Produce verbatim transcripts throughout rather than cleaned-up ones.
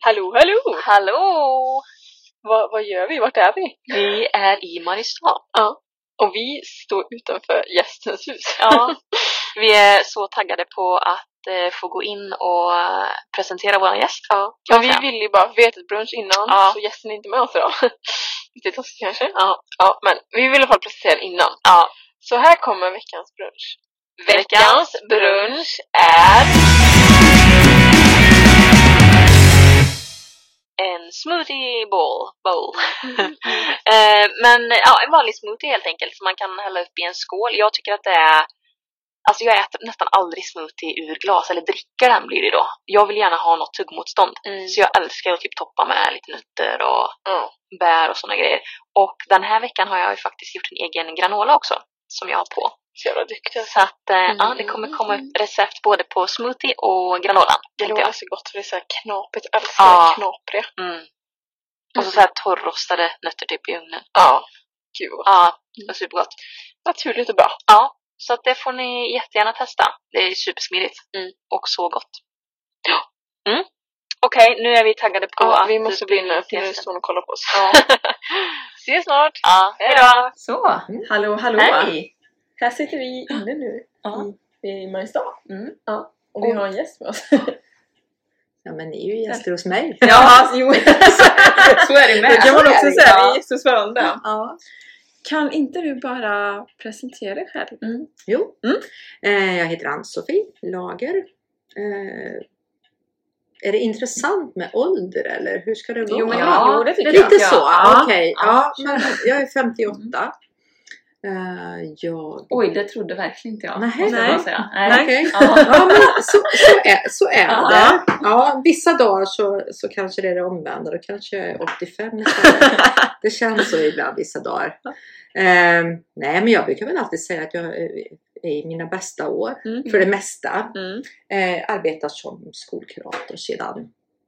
Hallå, hallå! Hallå! Va, vad gör vi? Vart är vi? Vi är i Mariestad. Ja. Och vi står utanför gästens hus. Ja, vi är så taggade på att eh, få gå in och eh, presentera vår gäst. Ja, men vi vill ju bara veta ett brunch innan, ja. Så gästen är inte med oss idag. Lite taskigt kanske. Ja. Ja, men vi vill i alla fall presentera innan. Ja. Så här kommer veckans brunch. Veckans brunch är en smoothie bowl. bowl. eh, men ja, en vanlig smoothie helt enkelt som man kan hälla upp i en skål. Jag tycker att det är, alltså jag äter nästan aldrig smoothie ur glas, eller dricker den blir det då. Jag vill gärna ha något tuggmotstånd. Mm. Så jag älskar att typ toppa med lite nötter och mm. bär och såna grejer. Och den här veckan har jag ju faktiskt gjort en egen granola också som jag har på. Så jävla duktig. Så att eh, mm. ja, det kommer komma upp recept både på smoothie och granola. Det låter så gott för det är så här knapigt. Jag älskar ja. knapriga. Mm. Och så, så här torrrostade nötter typ i ugnen. Ja, gud. Ja, det var supergott. Naturligt och bra. Ja, så att det får ni jättegärna testa. Det är supersmidigt. Mm. Och så gott. Ja. Mm. Okej, okay, nu är vi taggade på ja, att... vi måste bli nu, för nu står hon och kollar på oss. Ja. Se snart. Ja, hejdå. Så, hallå, hallå. Hej. Här sitter vi inne nu ja. i, i Mariestad. Mm. Ja. Och vi har en gäst med oss. Ja, men ni är ju gäster hos mig. Ja, jo. Så är det med. Det kan man också säga, ja. Vi är gäster hos varandra. Ja. Kan inte du bara presentera dig själv? Mm. Jo, mm. Eh, jag heter Ann-Sofie Lager. Eh, är det intressant med ålder eller hur ska det vara? Jo, men ja, jo, det tycker lite jag. så, ja. okej. Okay. Ja, ja, men jag är femtioåtta. Uh, jag... Oj, det trodde verkligen inte jag. Nej, måste nej. Jag bara säga. nej. Okay. Ja. Ja, men så, så är, så är det. Ja, vissa dagar så, så kanske det är det omvända. Då kanske jag är åttiofem. Det känns så ibland vissa dagar. Uh, nej, men jag brukar väl alltid säga att jag är i mina bästa år. Mm. För det mesta. Mm. Uh, arbetar som skolkurator sedan.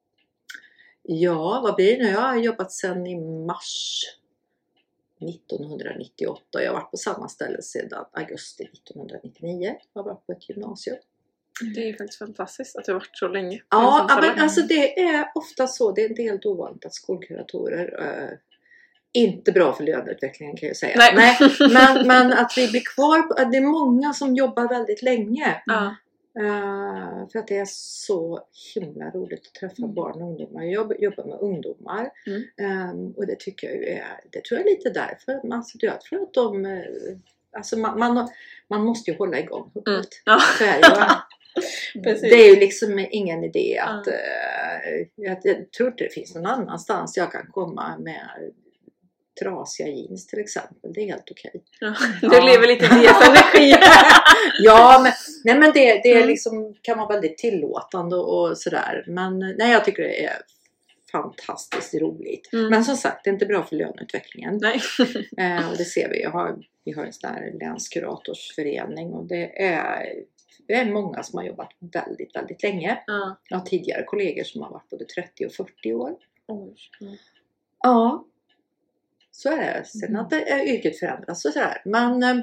Ja, vad blir det nu? Jag har jobbat sedan i mars nittonhundranittioåtta och jag har varit på samma ställe sedan augusti nittonhundranittionio. Jag har varit på ett gymnasium. Det är ju faktiskt fantastiskt att du har varit så länge. Ja, men länge. Alltså det är ofta så. Det är inte helt ovanligt att skolkuratorer äh, inte bra för löneutvecklingen kan jag säga. Nej. Nej, men, men att vi blir kvar. Det är många som jobbar väldigt länge. Ja. Uh, för att det är så himla roligt att träffa mm. barn och ungdomar. Jag jobbar med ungdomar mm. um, och det tycker jag är, det tror jag är lite därför. Alltså, jag tror att de, uh, alltså man, man, man måste ju hålla igång mm. ja. Så är det, det är ju liksom ingen idé att mm. uh, jag, jag tror inte det finns någon annanstans jag kan komma med trasiga jeans till exempel. Det är helt okej. Ja, du ja. lever lite i deras energi. Ja, men, nej, men det, det är liksom, kan vara väldigt tillåtande och sådär. Men nej, jag tycker det är fantastiskt roligt. Mm. Men som sagt, det är inte bra för löneutvecklingen. Nej. eh, och det ser vi. Jag har, vi har en sån här länskuratorsförening och det är, det är många som har jobbat väldigt, väldigt länge. Mm. Jag har tidigare kollegor som har varit både trettio och fyrtio år. Mm. Ja. Så är det. Sen att det är yrket förändras och sådär. Men eh,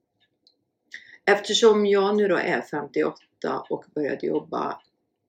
eftersom jag nu då är femtioåtta och började jobba.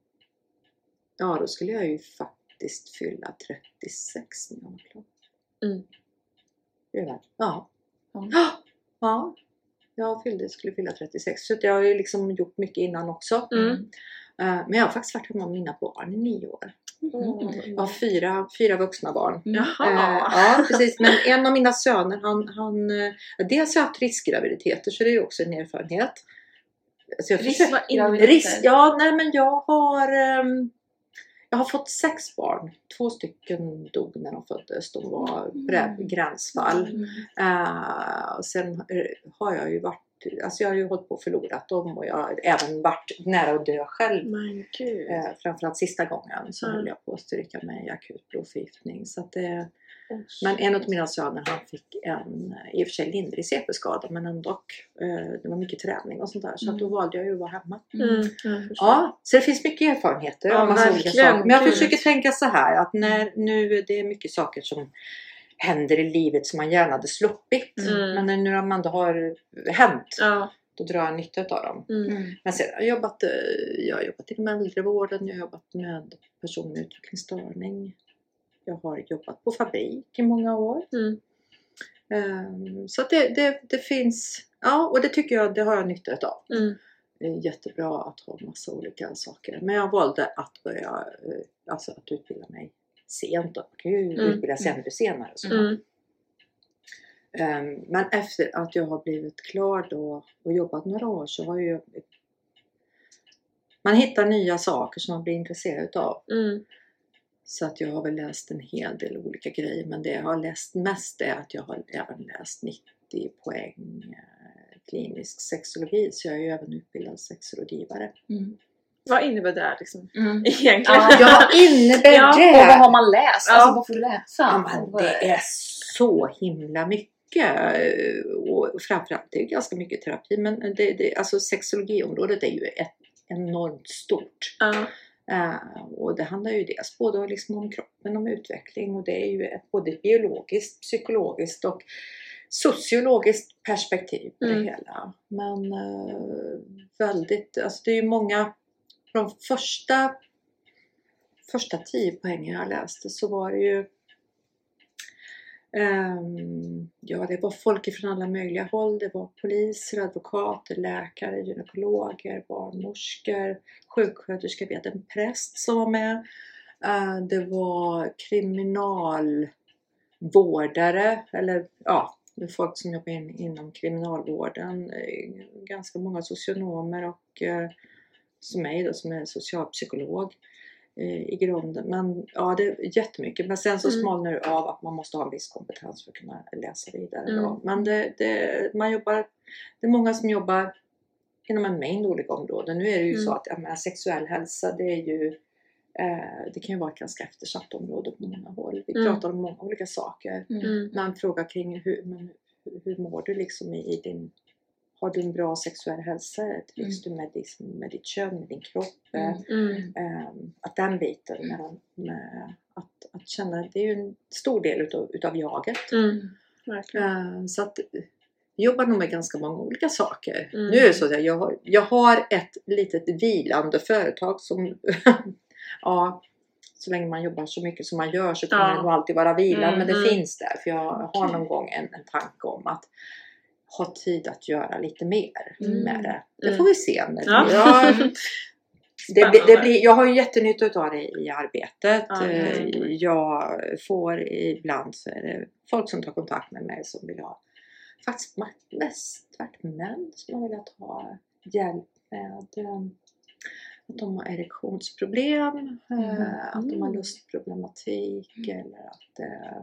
Ja, då skulle jag ju faktiskt fylla trettiosex när jag var klar. Mm. Det är det. Ja. Mm. Ja. Jag fyllde, skulle fylla trettiosex. Så jag har ju liksom gjort mycket innan också. Mm. Uh, men jag har faktiskt varit hemma med mina barn i nio år. Mm. Jag har fyra, fyra vuxna barn. Jaha. Eh, ja, precis. Men en av mina söner, han, han dels har jag haft riskgraviditeter, så det är ju också en erfarenhet. Alltså jag risk, försöker, risk, ja, nej men jag har um, jag har fått sex barn. Två stycken dog när de föddes. De var mm. gränsfall. Mm. Uh, och sen har jag ju varit, alltså jag har ju hållit på och förlorat dem och jag har även varit nära att dö själv. Eh, framförallt sista gången så mm. höll jag på att stryka mig i akut blodförgiftning. Så att det, oh, men en av mina söner, han fick en i och för sig lindrig C P-skada men ändå eh, det var mycket träning och sånt där. Så mm. att då valde jag ju att vara hemma. Mm. Ja, så det finns mycket erfarenheter. Ja, massa olika saker. Men jag Gud. försöker tänka så här att när nu det är mycket saker som händer i livet som man gärna hade sluppit. Mm. Men när nu man då har hänt. Ja. då drar jag nytta av dem. Mm. Men sen har jag jobbat, jag har jobbat inom äldrevården, jag har jobbat med personlig utvecklingsstörning. Jag har jobbat på fabrik i många år. Mm. Um, så att det, det, det finns, ja, och det tycker jag, det har jag nytta av. Mm. Det är jättebra att ha massa olika saker. Men jag valde att börja, alltså att utbilda mig sent. Då. Jag kan ju Mm. utbilda sig ännu senare. Så. Mm. Um, men efter att jag har blivit klar då och jobbat några år så har ju man hittar nya saker som man blir intresserad av. Mm. Så att jag har väl läst en hel del olika grejer. Men det jag har läst mest är att jag har även läst nittio poäng eh, klinisk sexologi. Så jag är ju även utbildad sexrådgivare. Mm. Vad innebär det liksom? Mm. Egentligen? Ja. Ja, innebär Ja, det? Och vad har man läst? Ja. Alltså vad får du läsa? Ja, men det är så himla mycket. Och framförallt det är ganska mycket terapi. Men det, det, alltså sexologiområdet är ju ett enormt stort. Ja. Uh, och det handlar ju dels både liksom om kroppen, om utveckling. Och det är ju ett både biologiskt, psykologiskt och sociologiskt perspektiv på Mm. det hela. Men uh, väldigt, alltså det är ju många, de första första tio poängen jag läste så var det ju um, ja, det var folk från alla möjliga håll. Det var poliser, advokater, läkare, gynekologer, barnmorskor, sjuksköterskor, vet en präst som var med. Uh, det var kriminalvårdare eller ja, folk som jobbar in, inom kriminalvården, ganska många socionomer och uh, som mig då, som är socialpsykolog i grunden. Men ja, det är jättemycket. Men sen så Mm. smalnar det av att man måste ha en viss kompetens för att kunna läsa vidare. Mm. Då. Men det, det, man jobbar, det är många som jobbar inom en mängd olika områden. Nu är det ju Mm. så att jag menar, sexuell hälsa, det är ju eh, det kan ju vara ett ganska eftersatt område på många håll. Vi Mm. pratar om många olika saker. Mm. Man frågar kring hur, men, hur, hur mår du liksom i, i din, har du en bra sexuell hälsa? Trivs du med, med ditt kön, med din kropp? Mm. Mm. Um, att den biten med, med att, att känna, det är ju en stor del utav, utav jaget. Mm. Verkligen. Uh, så att jag jobbar nog med ganska många olika saker. Mm. Nu är det så att jag har, jag har ett litet vilande företag som ja, så länge man jobbar så mycket som man gör så kommer Ja. det nog alltid vara vilan. Mm, Men det mm. finns där. För jag har någon gång en, en tanke om att ha tid att göra lite mer Mm. med det. Det Mm. får vi se. När Ja. jag, det, blir- det blir, jag har ju jättenytta av det i arbetet. Ja, det är Eh, jag får ibland så är det folk som tar kontakt med mig som vill ha faktiskt mest tvärt män som har velat ha hjälp med eh, att de har erektionsproblem, eh, Mm. att de har lustproblematik eller att eh,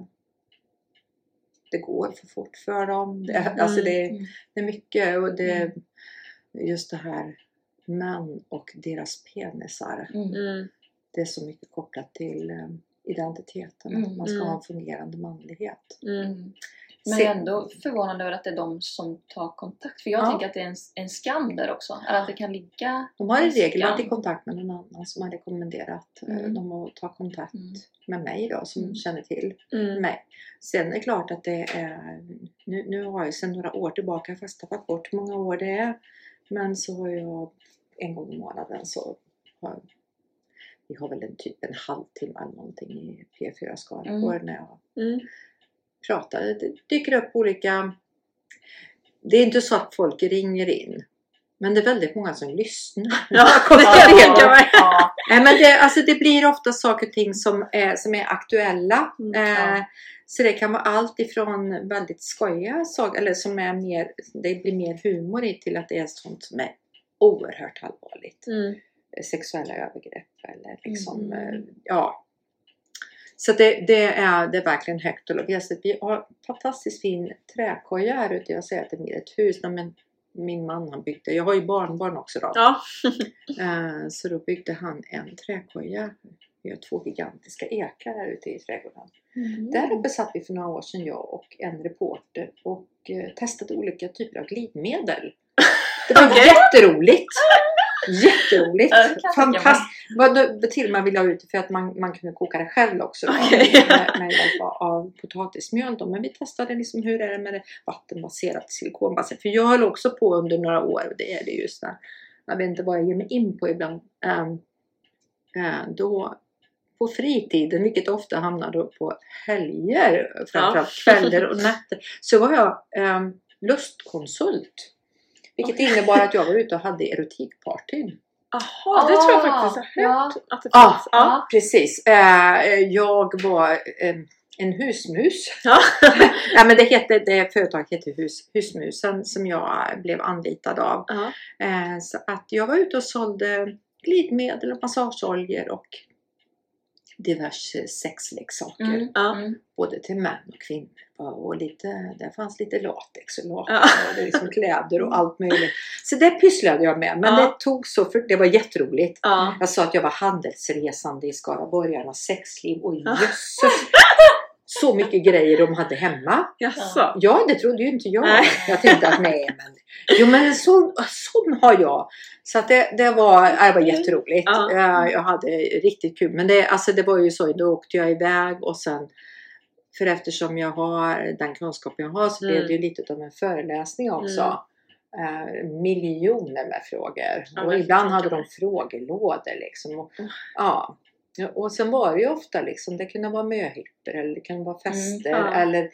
det går för fort för dem. Det, Mm. alltså det, Mm. det är mycket och det Mm. just det här män och deras penisar. Mm. Mm. Det är så mycket kopplat till eh, identiteten. Mm. Att man ska Mm. ha en fungerande manlighet. Mm. Mm. Men jag är ändå förvånad över att det är de som tar kontakt. För jag Ja. tänker att det är en, en skam där också. Eller att det kan ligga De har i en regel varit i skam. kontakt med någon annan som har rekommenderat eh, Mm. dem att ta kontakt Mm. med mig då, som Mm. känner till Mm. mig. Sen är det klart att det är, nu, nu har jag sedan några år tillbaka, jag har faktiskt tappat bort hur många år det är. Men så har jag en gång i månaden så har vi har väl en typ en halvtimme eller någonting i P fyra Skaraborg Mm. när jag Mm. pratar. Det dyker upp olika, det är inte så att folk ringer in. Men det är väldigt många som lyssnar. Ja, det kan jag tänka mig. Ja. Nej, men det, alltså det blir ofta saker och ting som är, som är aktuella. Mm, eh, ja. Så det kan vara allt ifrån väldigt skojiga saker, eller som är mer, det blir mer humor i, till att det är sånt som är oerhört allvarligt. Mm. Sexuella övergrepp eller liksom, Mm. eh, ja. Så det, det, är, det är verkligen högt och lågt. Vi har fantastiskt fin träkoja här ute. Jag säger att det är mer ett hus. Men min man han byggde, jag har ju barnbarn också då. Ja. Eh, Så då byggde han en träkoja. Vi har två gigantiska ekar här ute i trädgården. Mm. Där uppe satt vi för några år sedan, jag och en reporter, och eh, testade olika typer av glidmedel. Det var Okej. jätteroligt. Jätteroligt. Ja, det kan jag tänka Fantastiskt. Vad du- Till och med vill jag ha ut för att man, man kunde koka det själv också. Då, Okej. med, med hjälp av potatismjöl. Då. Men vi testade liksom hur är det med det vattenbaserat silikonbaserat. För jag höll också på under några år. Och det är det just där. Jag vet inte vad jag ger mig in på ibland. Um, uh, då på fritiden, vilket ofta hamnar då på helger. Framförallt Ja. kvällar och nätter. Så var jag um, lustkonsult. Vilket innebar att jag var ute och hade erotikpartyn. Jaha, det tror jag faktiskt jag har hört. Att det Ja. finns. Ja. Precis. Eh, jag var eh, en husmus. Ja. Ja, men det, heter, det företaget heter hus, Husmusen som jag blev anlitad av. Ja. Eh, så att jag var ute och sålde glidmedel och massageoljor och diverse sexleksaker. Mm. Ja. Mm. Både till män och kvinnor. Och lite, där fanns lite latex och latex Ja. och liksom kläder och allt möjligt. Så det pysslade jag med. Men Ja. det tog så, för det var jätteroligt. Ja. Jag sa att jag var handelsresande i Skaraborgarnas sexliv. Och Ja. jösses, så mycket grejer de hade hemma. Jaså? Ja, det trodde ju inte jag. Nej. Jag tänkte att nej, men jo, men en sån, sån har jag. Så att det, det, var, det var jätteroligt. Ja. Jag, jag hade riktigt kul. Men det, alltså, det var ju så, då åkte jag iväg och sen, för eftersom jag har den kunskapen jag har så Mm. blev det ju lite av en föreläsning också. Eh, miljoner med frågor. Ja, och det ibland tänker hade jag. de frågelådor liksom. Och, Mm. ja. Ja, och sen var det ju ofta liksom, det kunde vara möhipper eller det kunde vara fester ja. eller,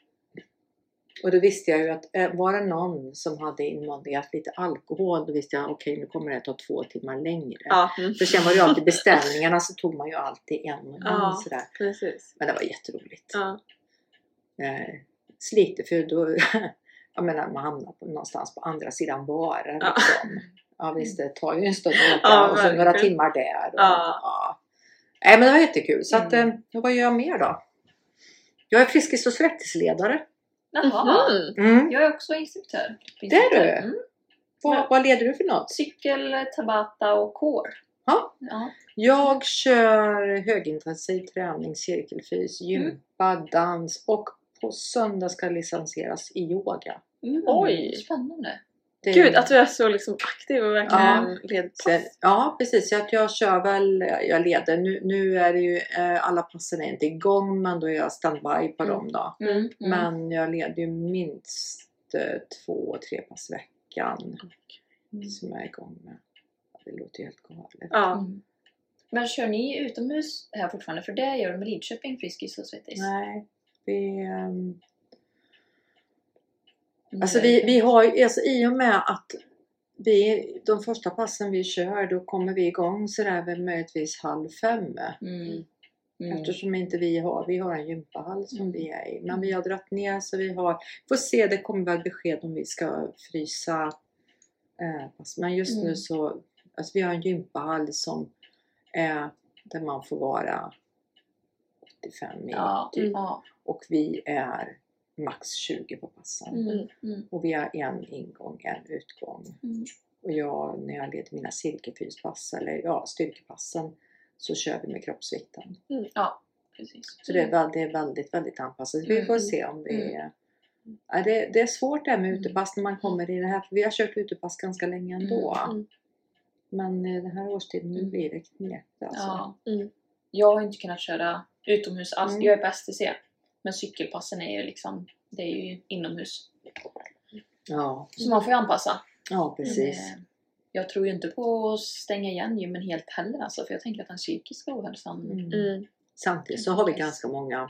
och då visste jag ju att eh, var det någon som hade inmonterat lite alkohol, då visste jag okej, nu kommer det att ta två timmar längre. Ja. Mm. För sen var det ju alltid beställningarna, så tog man ju alltid en och en Ja. sådär. Precis. Men det var jätteroligt. Ja. Eh, slite för då, jag menar man hamnar på, någonstans på andra sidan baren Ja. liksom. Ja visst, det tar ju en stund att åka Ja, och så några verkligen. timmar där. Och, Ja. ja. Nej, men det var jättekul. Så att, Mm. eh, vad gör jag mer då? Jag är Friskis och Svettisledare. Jaha. Mhm. Mm. Jag är också instruktör. Det är du? Mm. Vad, vad leder du för något? Cykel, tabata och core. Ja. Ja. Jag kör högintensiv träning, cirkelfys, gympa, dans och på söndag ska jag licensieras i yoga. Mm. Oj. Spännande. Det- Gud, att du är så liksom aktiv och verkligen leder Sen, pass. ja, precis. Jag, jag kör väl, jag leder. Nu, nu är det ju, eh, alla passen är inte igång, men då är jag standby på Mm. dem då. Mm. Mm. Men jag leder ju minst eh, två, tre pass i veckan Mm. som jag är igång med. Det låter helt galet. Ja. Mm. Men kör ni utomhus här fortfarande? För det gör de i Lidköping, Friskis och Svettis. Nej, vi... ehm, Mm. Alltså vi, vi har ju, alltså i och med att vi, de första passen vi kör, då kommer vi igång sådär väl möjligtvis halv fem. Mm. Mm. Eftersom inte vi har, vi har en gympahall som Mm. vi är i. Men vi har dratt ner så vi har, får se, det kommer väl besked om vi ska frysa eh, pass. Men just Mm. nu så, alltså vi har en gympahall som är där man får vara åttiofem i Ja. typ. Ja. Och vi är max tjugo på passen. Mm. Mm. Och vi har en ingång, en utgång. Mm. Och jag, när jag leder mina cirkelfyspass eller ja, styrkepassen, så kör vi med kroppsvikten. Ja, precis. Så det är väldigt, det är väldigt, väldigt anpassat. Vi får Mm. se om det Mm. är... Ja, det, det är svårt det här med Mm. utepass när man kommer i det här. För vi har kört utepass ganska länge ändå. Mm. Men eh, den här årstiden nu Mm. blir det knepigt alltså. Ja. Mm. Jag har inte kunnat köra utomhus alls. Mm. Jag är på S T C. Men cykelpassen är ju liksom, det är ju inomhus. Ja, Så man får ju anpassa. ja precis. Men, eh, jag tror ju inte på att stänga igen gymmen helt heller alltså, för jag tänker att den psykiska ohälsan... Mm. Mm. Samtidigt så har vi ganska många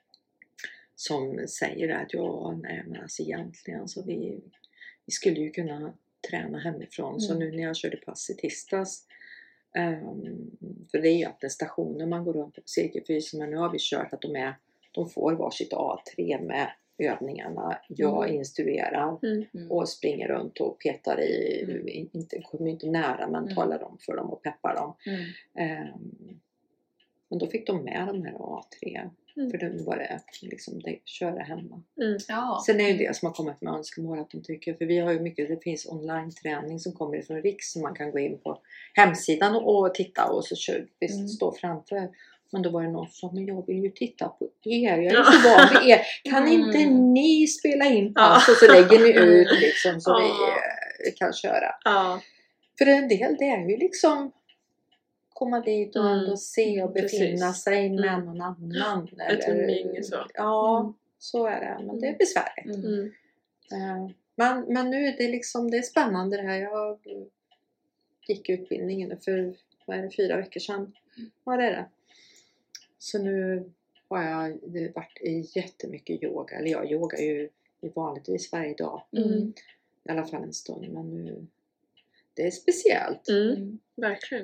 som säger att ja, nej men alltså egentligen så vi, vi skulle ju kunna träna hemifrån. Så Mm. nu när jag körde pass i tisdags, um, för det är ju att stationer man går runt på cirkelfys, men nu har vi kört att de, är, de får varsitt A tre med övningarna. Jag Mm. instruerar Mm. och springer runt och petar i, Mm. inte, kommer inte nära men Mm. talar om för dem och peppar dem. Mm. Um, men då fick de med de här A tre. Mm. För nu var det liksom det, köra hemma. Mm. Ja. Sen är ju det som har kommit med önskemål att de tycker. För vi har ju mycket, det finns online-träning som kommer från Riks. Som man kan gå in på hemsidan och, och titta och så kör, visst, Mm. stå framför. Men då var det någon som sa, men jag vill ju titta på er. Jag är så van vid er. Kan Mm. inte ni spela in pass Ja. och så lägger ni ut liksom så Ja. vi eh, kan köra. Ja. För en del, det är ju liksom komma dit och ändå Mm. se och befinna Precis. sig med Mm. någon annan. Ett umgänge så. Ja, Mm. så är det. Men det är besvärligt. Mm. Mm. Eh, Men, men nu är det liksom, det är spännande det här. Jag gick utbildningen för, vad är det, fyra veckor sedan. Ja, det är det. Så nu har jag det varit jättemycket yoga. Eller jag yogar ju vanligtvis varje dag. Mm. I alla fall en stund. Men nu, det är speciellt. Mm. Mm. Verkligen.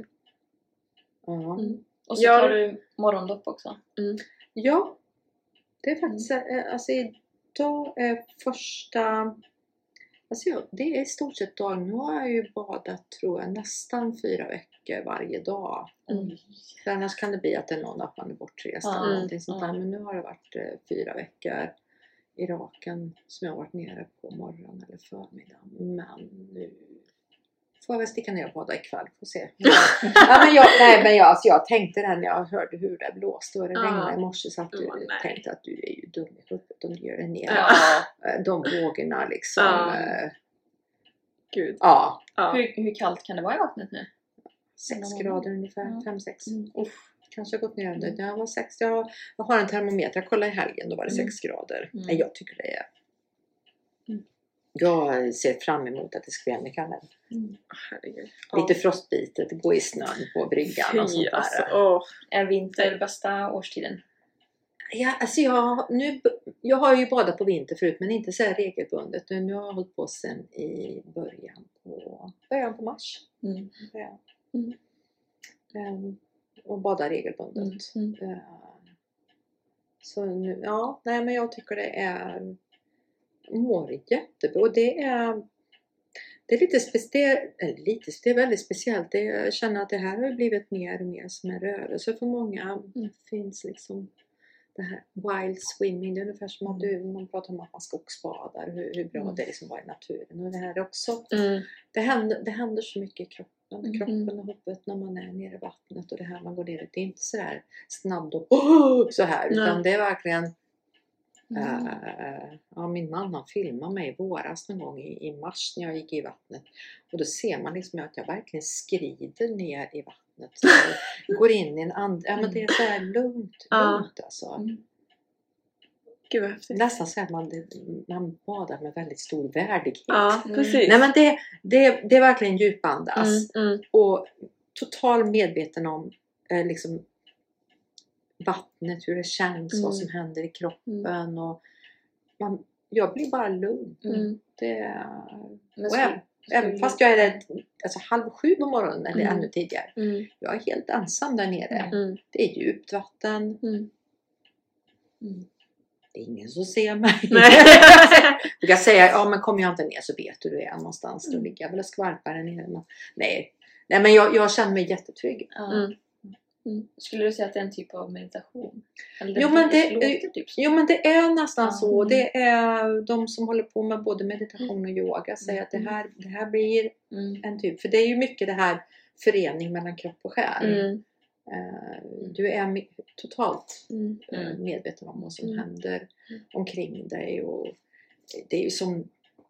Ja. Mm. Och så Ja. tar du morgondopp också. Mm. Ja, det är faktiskt, eh, alltså idag är första, alltså ja, det är i stort sett dag. Nu har jag ju badat, tror jag, nästan fyra veckor varje dag. Mm. För annars kan det bli att det är någon att man är bortrest eller Mm. någonting sånt där. Mm. Men nu har det varit eh, fyra veckor i raken som jag har varit nere på morgon eller förmiddag. Men nu får jag väl sticka ner och bada ikväll, får se. Ja, men jag, nej, men jag, alltså jag tänkte det när jag hörde hur det blåste och det Ja. regnade i morse, så att du Åh, nej. tänkte att du är ju dum i huvudet om du gör det ner. Ja. Eh, De vågorna liksom. Ja. eh, Gud. Ja, Ja. Hur, hur kallt kan det vara i vattnet nu? sex Mm. grader ungefär, Ja. fem sex. Mm. Uff, kanske har gått ner under. Det var sex. Jag, jag har en termometer, jag kollade i helgen, då var det Mm. sex grader. Mm. Nej, jag tycker det är... Mm. Jag ser fram emot att det ska bli ännu kallare. Herregud. Lite frostbitet, gå i snön på bryggan och sånt Fy där. alltså. Åh. Är vinter bästa årstiden? Ja, alltså jag, nu, jag har ju badat på vinter förut, men inte så här regelbundet. Nu har jag hållit på sen i början på, början på mars. Mm. Ja. Mm. Ehm, och badar regelbundet. Mm. Ehm, så nu, ja, nej men jag tycker det är, mår jättebra. Och det är, det är lite speciellt, eller lite, det är väldigt speciellt. Det, jag känner att det här har blivit mer och mer som en rörelse för många. Det finns liksom det här wild swimming, det är ungefär som att du, man pratar om att man skogsbadar, hur, hur bra Mm. det är liksom att vara i naturen. Och det här är också, Mm. det händer, det händer så mycket i kroppen, Mm. kroppen och huvudet när man är nere i vattnet, och det här man går ner, det är inte så där snabbt och oh, så här, utan Nej. det är verkligen Mm. äh, ja, min man han filmade mig i våras någon gång i, i mars när jag gick i vattnet, och då ser man liksom att jag verkligen skrider ner i vattnet, så jag går in i en and, ja men det är så här lugnt, Ja. lugnt alltså. Mm. Gud vad häftigt. Nästan så att man, man badar med väldigt stor värdighet. Ja, Mm. precis. Nej men det, det, det är verkligen djupandas. Mm, mm, Och total medveten om eh, liksom vattnet, hur det känns, Mm. vad som händer i kroppen. Och man, jag blir bara lugn. mm. Det, Men och skulle- även, skulle även du- fast jag är där, alltså halv sju på morgonen eller Mm. ännu tidigare. Mm, Jag är helt ensam där nere. mm, Det är djupt vatten. mm. Mm. Det är ingen som ser mig. Nej. Du kan säga, ja men kommer jag inte ner så vet du hur det är någonstans. Då Mm. ligger jag väl och skvalpar där nere. Men, nej. nej, men jag, jag känner mig jättetrygg. Ja. Mm. Mm. Skulle du säga att det är en typ av meditation? Eller Jo, men det- låter typ så. Jo men det är nästan Ja. så. Mm. Det är de som håller på med både meditation och yoga säger att det här, det här blir Mm. en typ. För det är ju mycket det här förening mellan kropp och själ. Mm, Eh, Du är me- totalt mm, eh, Mm. medveten om vad som Mm. händer Mm. omkring dig. Och det är ju som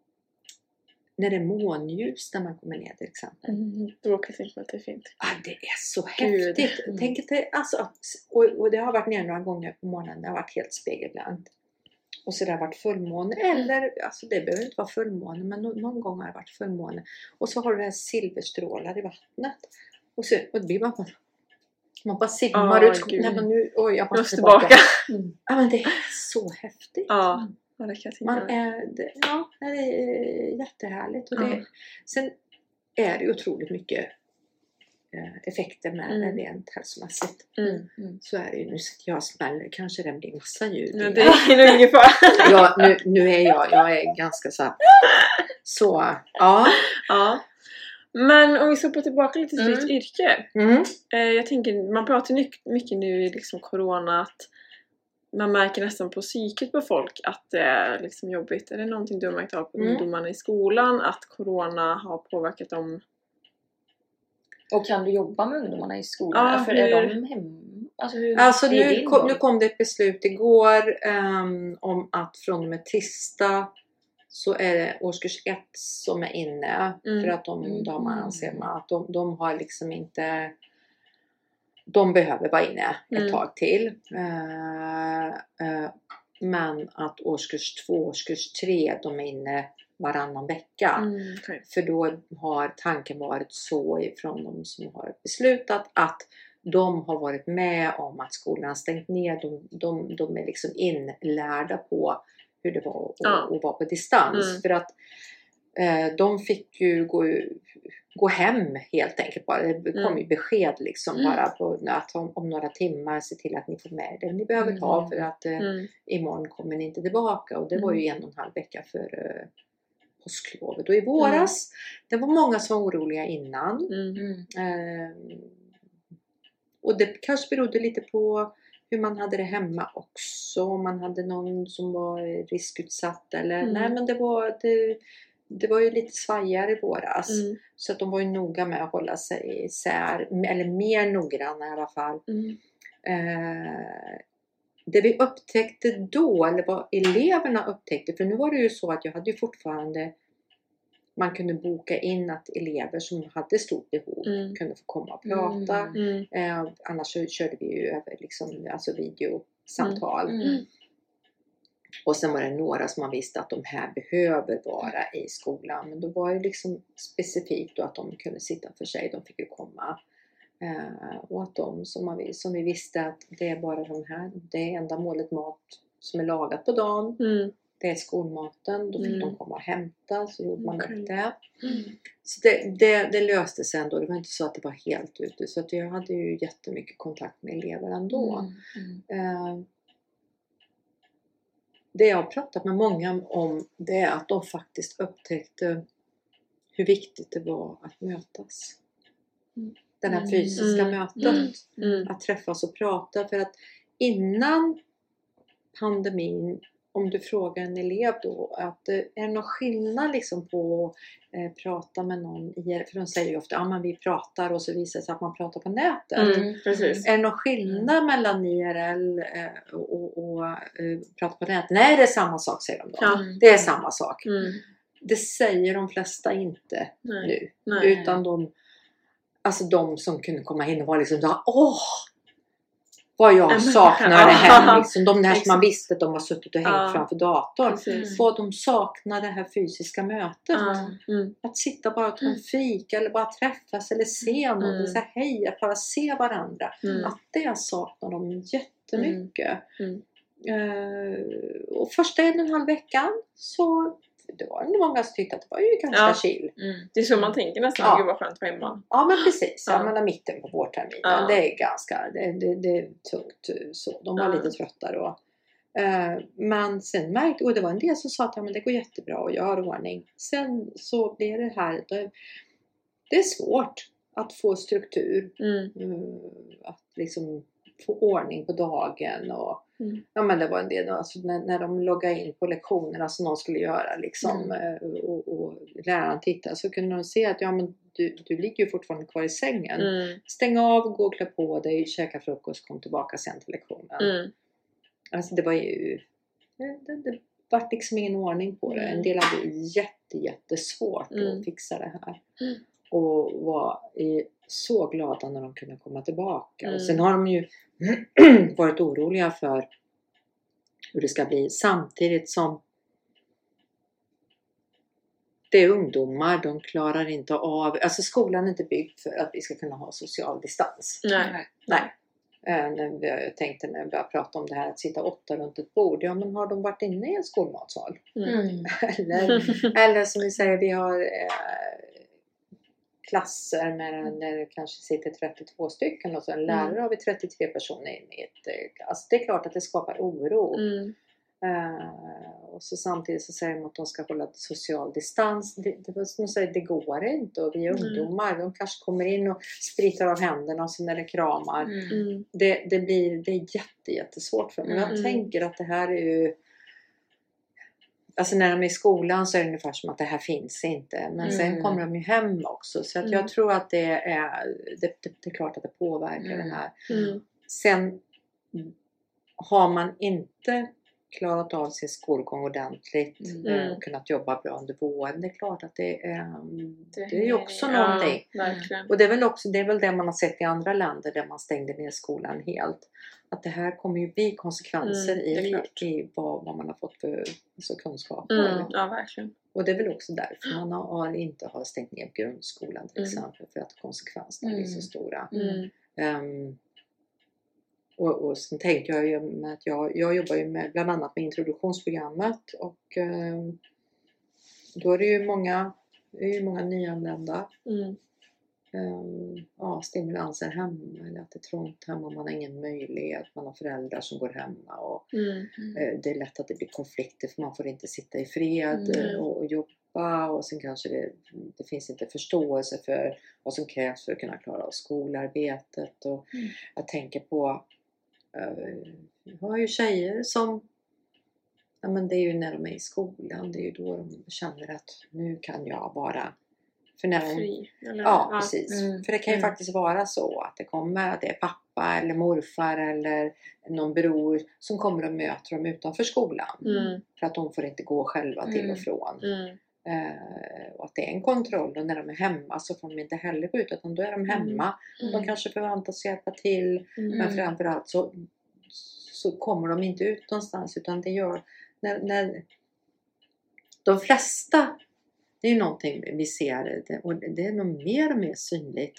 när det är månljus när man kommer ner till exempel. mm. Då kan jag tänka mig att det är fint. Ah, det är så Gud. häftigt! Mm. Tänk att det, alltså, och, och det har varit ner några gånger på morgonen. Det har varit helt spegelblankt. Och så det har varit fullmåne. Eller, alltså det behöver inte vara fullmåne. Men no, någon gång har det varit fullmåne. Och så har du det här silverstrålar i vattnet. Och, så, och det blir bara... Man bara simmar Ah, ut. gud. Nej, men nu, oj, jag Jag måste måste tillbaka. tillbaka. Mm. Ja, men det är så häftigt. Ja, ja, det kan jag tänka Man mig. är, det, ja, det är jättehärligt. Och det, Ja. Sen är det ju otroligt mycket eh, effekter med Mm. det rent hälsomässigt. Mm. Mm. Så är det ju. Nu sitter jag och smäller. Kanske det blir massa ljud. Ja, det är nog ingen fara. ja, nu, nu är jag, jag är ganska så här. Så, ja. Ja. Men om vi ska gå tillbaka lite till Mm. ditt yrke. Mm. Eh, jag tänker, man pratar ny- mycket nu i liksom corona att man märker nästan på psyket på folk att det är liksom jobbigt. Är det någonting du har märkt av på Mm. ungdomarna i skolan? Att corona har påverkat dem? Och kan du jobba med ungdomarna i skolan? Ja, För är hur- de hemma? Alltså, hur Alltså blir nu din kom, roll? nu kom det ett beslut igår ehm, om att från och med tisdag så är det årskurs ett som är inne. Mm. För att de, Mm. de anser man att de, de har liksom inte... De behöver vara inne ett Mm. tag till. Uh, uh, men att årskurs två, årskurs tre, de är inne varannan vecka. Mm, okay. För då har tanken varit så ifrån de som har beslutat att de har varit med om att skolan har stängt ner. De, de, de är liksom inlärda på hur det var att Ja. vara på distans. Mm. För att eh, de fick ju gå, gå hem helt enkelt. Bara. Det kom Mm. ju besked liksom Mm. bara på att om, om några timmar se till att ni får med det ni behöver Mm. ta för att eh, Mm. imorgon kommer ni inte tillbaka. Och det var ju Mm. en och en halv vecka för eh, påsklovet. Och i våras, det var många som var oroliga innan. Mm. Mm. Eh, och det kanske berodde lite på hur man hade det hemma också. Om man hade någon som var riskutsatt. Eller, Mm. nej men det var, det, det var ju lite svajigare i våras. Mm. Så att de var ju noga med att hålla sig isär. Eller mer noggranna i alla fall. Mm. Eh, det vi upptäckte då, eller vad eleverna upptäckte, för nu var det ju så att jag hade ju fortfarande, man kunde boka in att elever som hade stort behov Mm. kunde få komma och prata. Mm. Mm. Eh, annars så körde vi ju över liksom, alltså videosamtal. Mm. Och sen var det några som man visste att de här behöver vara i skolan. Men då var det liksom specifikt då att de kunde sitta för sig, de fick ju komma. Uh, och att de som, man, som vi visste att det är bara de här, det är enda målet mat som är lagat på dagen, Mm. det är skolmaten, då fick Mm. de komma och hämta, så gjorde man Okej. upp det. Mm. Så det, det, det löste sig ändå, det var inte så att det var helt ute, så att jag hade ju jättemycket kontakt med elever ändå. Mm. Mm. Uh, det jag har pratat med många om, det är att de faktiskt upptäckte hur viktigt det var att mötas. Mm. Den här Mm. fysiska Mm. mötet. Mm. Att träffas och prata. För att innan pandemin, om du frågar en elev då, att är det någon skillnad liksom på att eh, prata med någon i er, för de säger ju ofta, ja ah, men vi pratar, och så visar det sig att man pratar på nätet. Mm. Precis. Är det någon skillnad mm. mellan I R L eh, och, och, och eh, prata på nätet? Nej, det är samma sak, säger de då. Ja. Det är samma sak. Mm. Det säger de flesta inte Nej. nu. Nej. Utan de, alltså de som kunde komma in och vara liksom så, åh! Vad jag saknar det här. Liksom. De där som man visste att de har suttit och hängt Ja. framför datorn. Precis. Vad de saknar det här fysiska mötet. Ja. Mm. Att sitta bara och ta en fika eller bara träffas eller se någon. Mm. Och säga hej, att bara se varandra. Mm. Att det saknar de jättemycket. Mm. Uh, och första en och en halv veckan så det var det många som tyckte att det var ju ganska Ja. chill. Mm. Det är så man tänker nästan. Ja. Gud vad skönt att vara hemma. Ja men precis, Ja. jag menar mitten på vårterminen. Ja. Det är ganska, det, det, det är tungt så. De var Ja. lite trötta då. Uh, men sen märkte, och det var en del som sa att ja, men det går jättebra och jag har ordning. Sen så blir det här, det, det är svårt att få struktur. Mm. Uh, att liksom få ordning på dagen och Mm. ja men det var en del alltså, när, när de loggade in på lektionerna som någon skulle göra liksom Mm. och, och läraren tittade så kunde de se att ja men du, du ligger ju fortfarande kvar i sängen. Mm. Stäng av, gå och klä på dig, käka frukost, kom tillbaka sen till lektionen. Mm. Alltså det var ju det, det, det var liksom ingen ordning på det. En del hade jätte jättesvårt Mm. att fixa det här. Mm. Och var i, så glada när de kunde komma tillbaka. Mm. Och sen har de ju varit oroliga för hur det ska bli samtidigt som det är ungdomar, de klarar inte av, alltså skolan är inte byggd för att vi ska kunna ha social distans. Nej. Nej. Äh, när vi, jag tänkte när vi började prata om det här att sitta åtta runt ett bord, ja men har de varit inne i en skolmatsal? Mm. Mm. eller, eller som vi säger, vi har eh, klasser med där det kanske sitter trettiotvå stycken och så en lärare Mm. har vi trettiotre personer in i ett. Alltså det är klart att det skapar oro. Mm. Uh, och så samtidigt så säger de att de ska hålla social distans. Det, det, var som de säger, det går inte och vi är Mm. ungdomar. De kanske kommer in och spritar av händerna och sen är det kramar. Mm. Mm. Det, det blir det är jätte, jättesvårt för mig. Jag Mm. tänker att det här är ju, alltså när de är i skolan så är det ungefär som att det här finns inte. Men sen Mm. kommer de ju hem också. Så att Mm. jag tror att det är, det, det, det är klart att det påverkar Mm. det här. Mm. Sen har man inte klarat av sin skolgång ordentligt Mm. eh, och kunnat jobba bra under våren. Det är klart att det är, Det det är ju också Ja, någonting. verkligen. Och det är, väl också, det är väl det man har sett i andra länder där man stängde ner skolan helt. Att det här kommer ju bli konsekvenser Mm, det är i, klart. i vad, vad man har fått för alltså, kunskaper. Mm, ja, verkligen. Och det är väl också därför man har, inte har stängt ner grundskolan till Mm. exempel. För att konsekvenserna blir så Mm. stora. Mm. Um, och, och sen tänker jag ju med att jag, jag jobbar ju med, bland annat med introduktionsprogrammet. Och um, då är det ju många, det är ju många nyanlända. Mm. Um, ja, stimulanser hemma eller att det är trångt hemma, man har ingen möjlighet, man har föräldrar som går hemma och Mm. uh, det är lätt att det blir konflikter för man får inte sitta i fred Mm. och, och jobba och sen kanske det, det finns inte förståelse för vad som krävs för att kunna klara av skolarbetet och Mm. jag tänker på uh, jag har ju tjejer som ja, men det är ju när de är i skolan, det är ju då de känner att nu kan jag vara för när de, Fri. Eller, Ja, precis. Mm. För det kan ju Mm. faktiskt vara så att det kommer, att det är pappa eller morfar eller någon bror som kommer och möter dem utanför skolan. Mm. För att de får inte gå själva till Mm. och från. Mm. Eh, och att det är en kontroll och när de är hemma så får de inte heller gå ut utan då är de hemma. Mm. De kanske förväntas hjälpa till Mm. men framförallt så, så kommer de inte ut någonstans utan det gör när, när de flesta. Det är ju någonting vi ser och det är nog mer och mer synligt.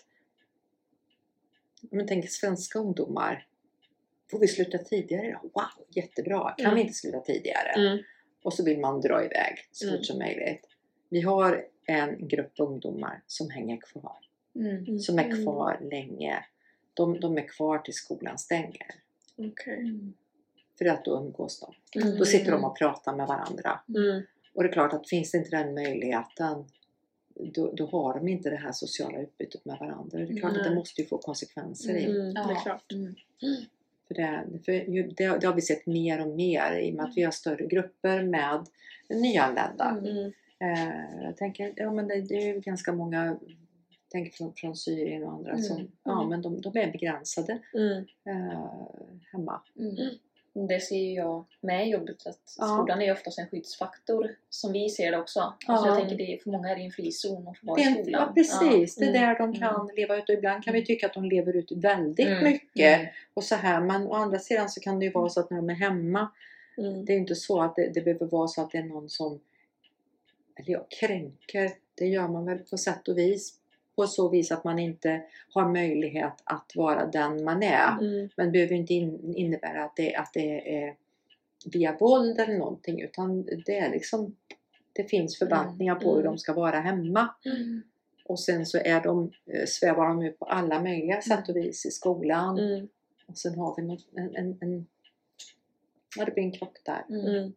Om man tänker svenska ungdomar. Får vi sluta tidigare då? Wow, jättebra. Kan Mm. vi inte sluta tidigare? Mm. Och så vill man dra iväg så fort Mm. som möjligt. Vi har en grupp ungdomar som hänger kvar. Mm. Som är kvar länge. De, de är kvar till skolan stänger. Okej. Mm. För att då umgås de. Mm. Då sitter de och pratar med varandra. Mm. Och det är klart att finns inte den möjligheten då, då har de inte det här sociala utbytet med varandra. Det är klart Nej. att det måste ju få konsekvenser i. Mm. Det är Ja. klart. Mm. För, det, för ju, det, det har vi sett mer och mer i och med att vi har större grupper med nyanlända. Mm. Eh, jag tänker, ja men det, det är ju ganska många jag tänker från, från Syrien och andra Mm. som, ja Mm. men de, de är begränsade Mm. eh, hemma. Mm. Det ser ju jag med i jobbet att Ja. skolan är ju oftast en skyddsfaktor som vi ser det också. Alltså Ja. jag tänker det, för många är det en frizon att få vara Det i är en, skolan. ja, precis, det är Mm. där de kan leva ut och ibland kan vi tycka att de lever ut väldigt Mm. mycket. Mm. Och så här, men å andra sidan så kan det ju vara så att när de är hemma Mm. det är inte så att det, det behöver vara så att det är någon som eller ja, kränker. Det gör man väl på sätt och vis. På så vis att man inte har möjlighet att vara den man är. Mm. Men det behöver inte in, innebära att det, att det är via våld eller någonting. Utan det är liksom det finns förväntningar på hur Mm. de ska vara hemma. Mm. Och sen så är de, svävar de ut på alla möjliga sätt och vis i skolan. Mm. Och sen har vi något, en, en, en, ja, det blir en krock där. Mm. Mm.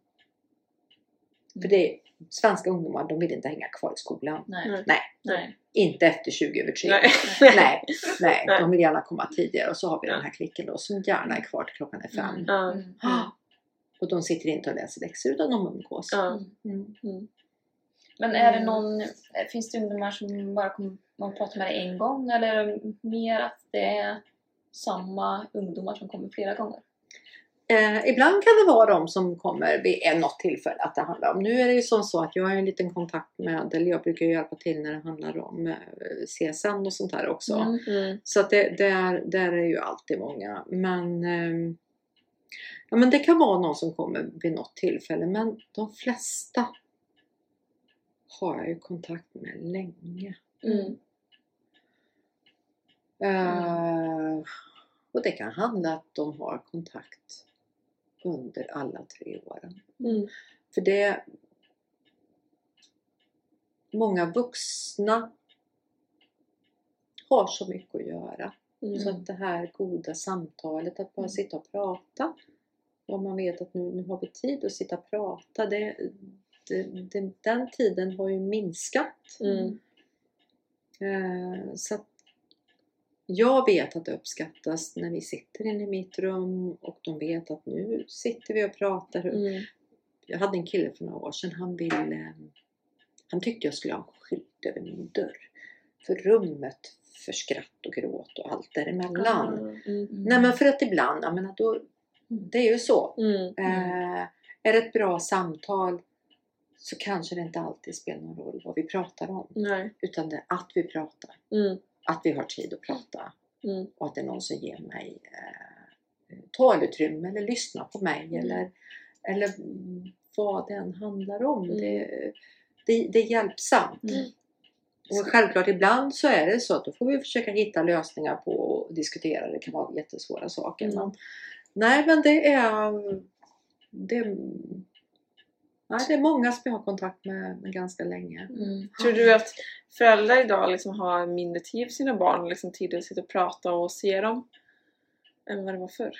För det är, svenska ungdomar, de vill inte hänga kvar i skolan. Nej. Nej. Nej, Nej. inte efter tjugo över tre. Nej. Nej, nej, Nej. de vill gärna komma tidigare. Och så har vi den här klicken då som gärna är kvar till klockan är fem. Mm. Ja. Mm. Och de sitter inte och läser läxor utan de umgås. Ja. Mm. Mm. Men är det någon, finns det ungdomar som bara kommer man pratar med dig en gång eller är det mer att det är samma ungdomar som kommer flera gånger? Eh, ibland kan det vara de som kommer vid en något tillfälle att det handlar om. Nu är det ju som så att jag har en liten kontakt med, eller jag brukar hjälpa till när det handlar om eh, C S N och sånt här också. Mm. Mm. Så att det, där, där är ju alltid många. Men, eh, ja, men det kan vara någon som kommer vid något tillfälle. Men de flesta har jag ju kontakt med länge. Mm. Eh, och det kan handla om att de har kontakt under alla tre åren. Mm. För det många vuxna har så mycket att göra. Mm. Så att det här goda samtalet, att bara sitta och prata. Och man vet att nu, nu har vi tid att sitta och prata. Det, det, det, den tiden har ju minskat. Mm. Eh, så att jag vet att det uppskattas när vi sitter inne i mitt rum och de vet att nu sitter vi och pratar. Mm. Jag hade en kille för några år sedan, han ville, han tyckte jag skulle ha en skylt över min dörr. För rummet, för skratt och gråt och allt däremellan. Mm. Mm. Nej men för att ibland, jag menar då, det är ju så. Mm. Eh, är det ett bra samtal så kanske det inte alltid spelar någon roll vad vi pratar om. Nej. Utan det är att vi pratar. Mm. Att vi har tid att prata. Mm. Och att det är någon som ger mig eh, talutrymme eller lyssnar på mig. Mm. Eller, eller vad den handlar om. Mm. Det, det, det är hjälpsamt. Mm. Och självklart ibland så är det så att då får vi försöka hitta lösningar på och diskutera. Det kan vara jättesvåra saker. Mm. Men, nej men det är... Det, nej, det är många som jag har kontakt med, med ganska länge. Mm. Tror du att föräldrar idag liksom har mindre tid för sina barn? Liksom tid att sitta och prata och se dem? Än vad det var förr?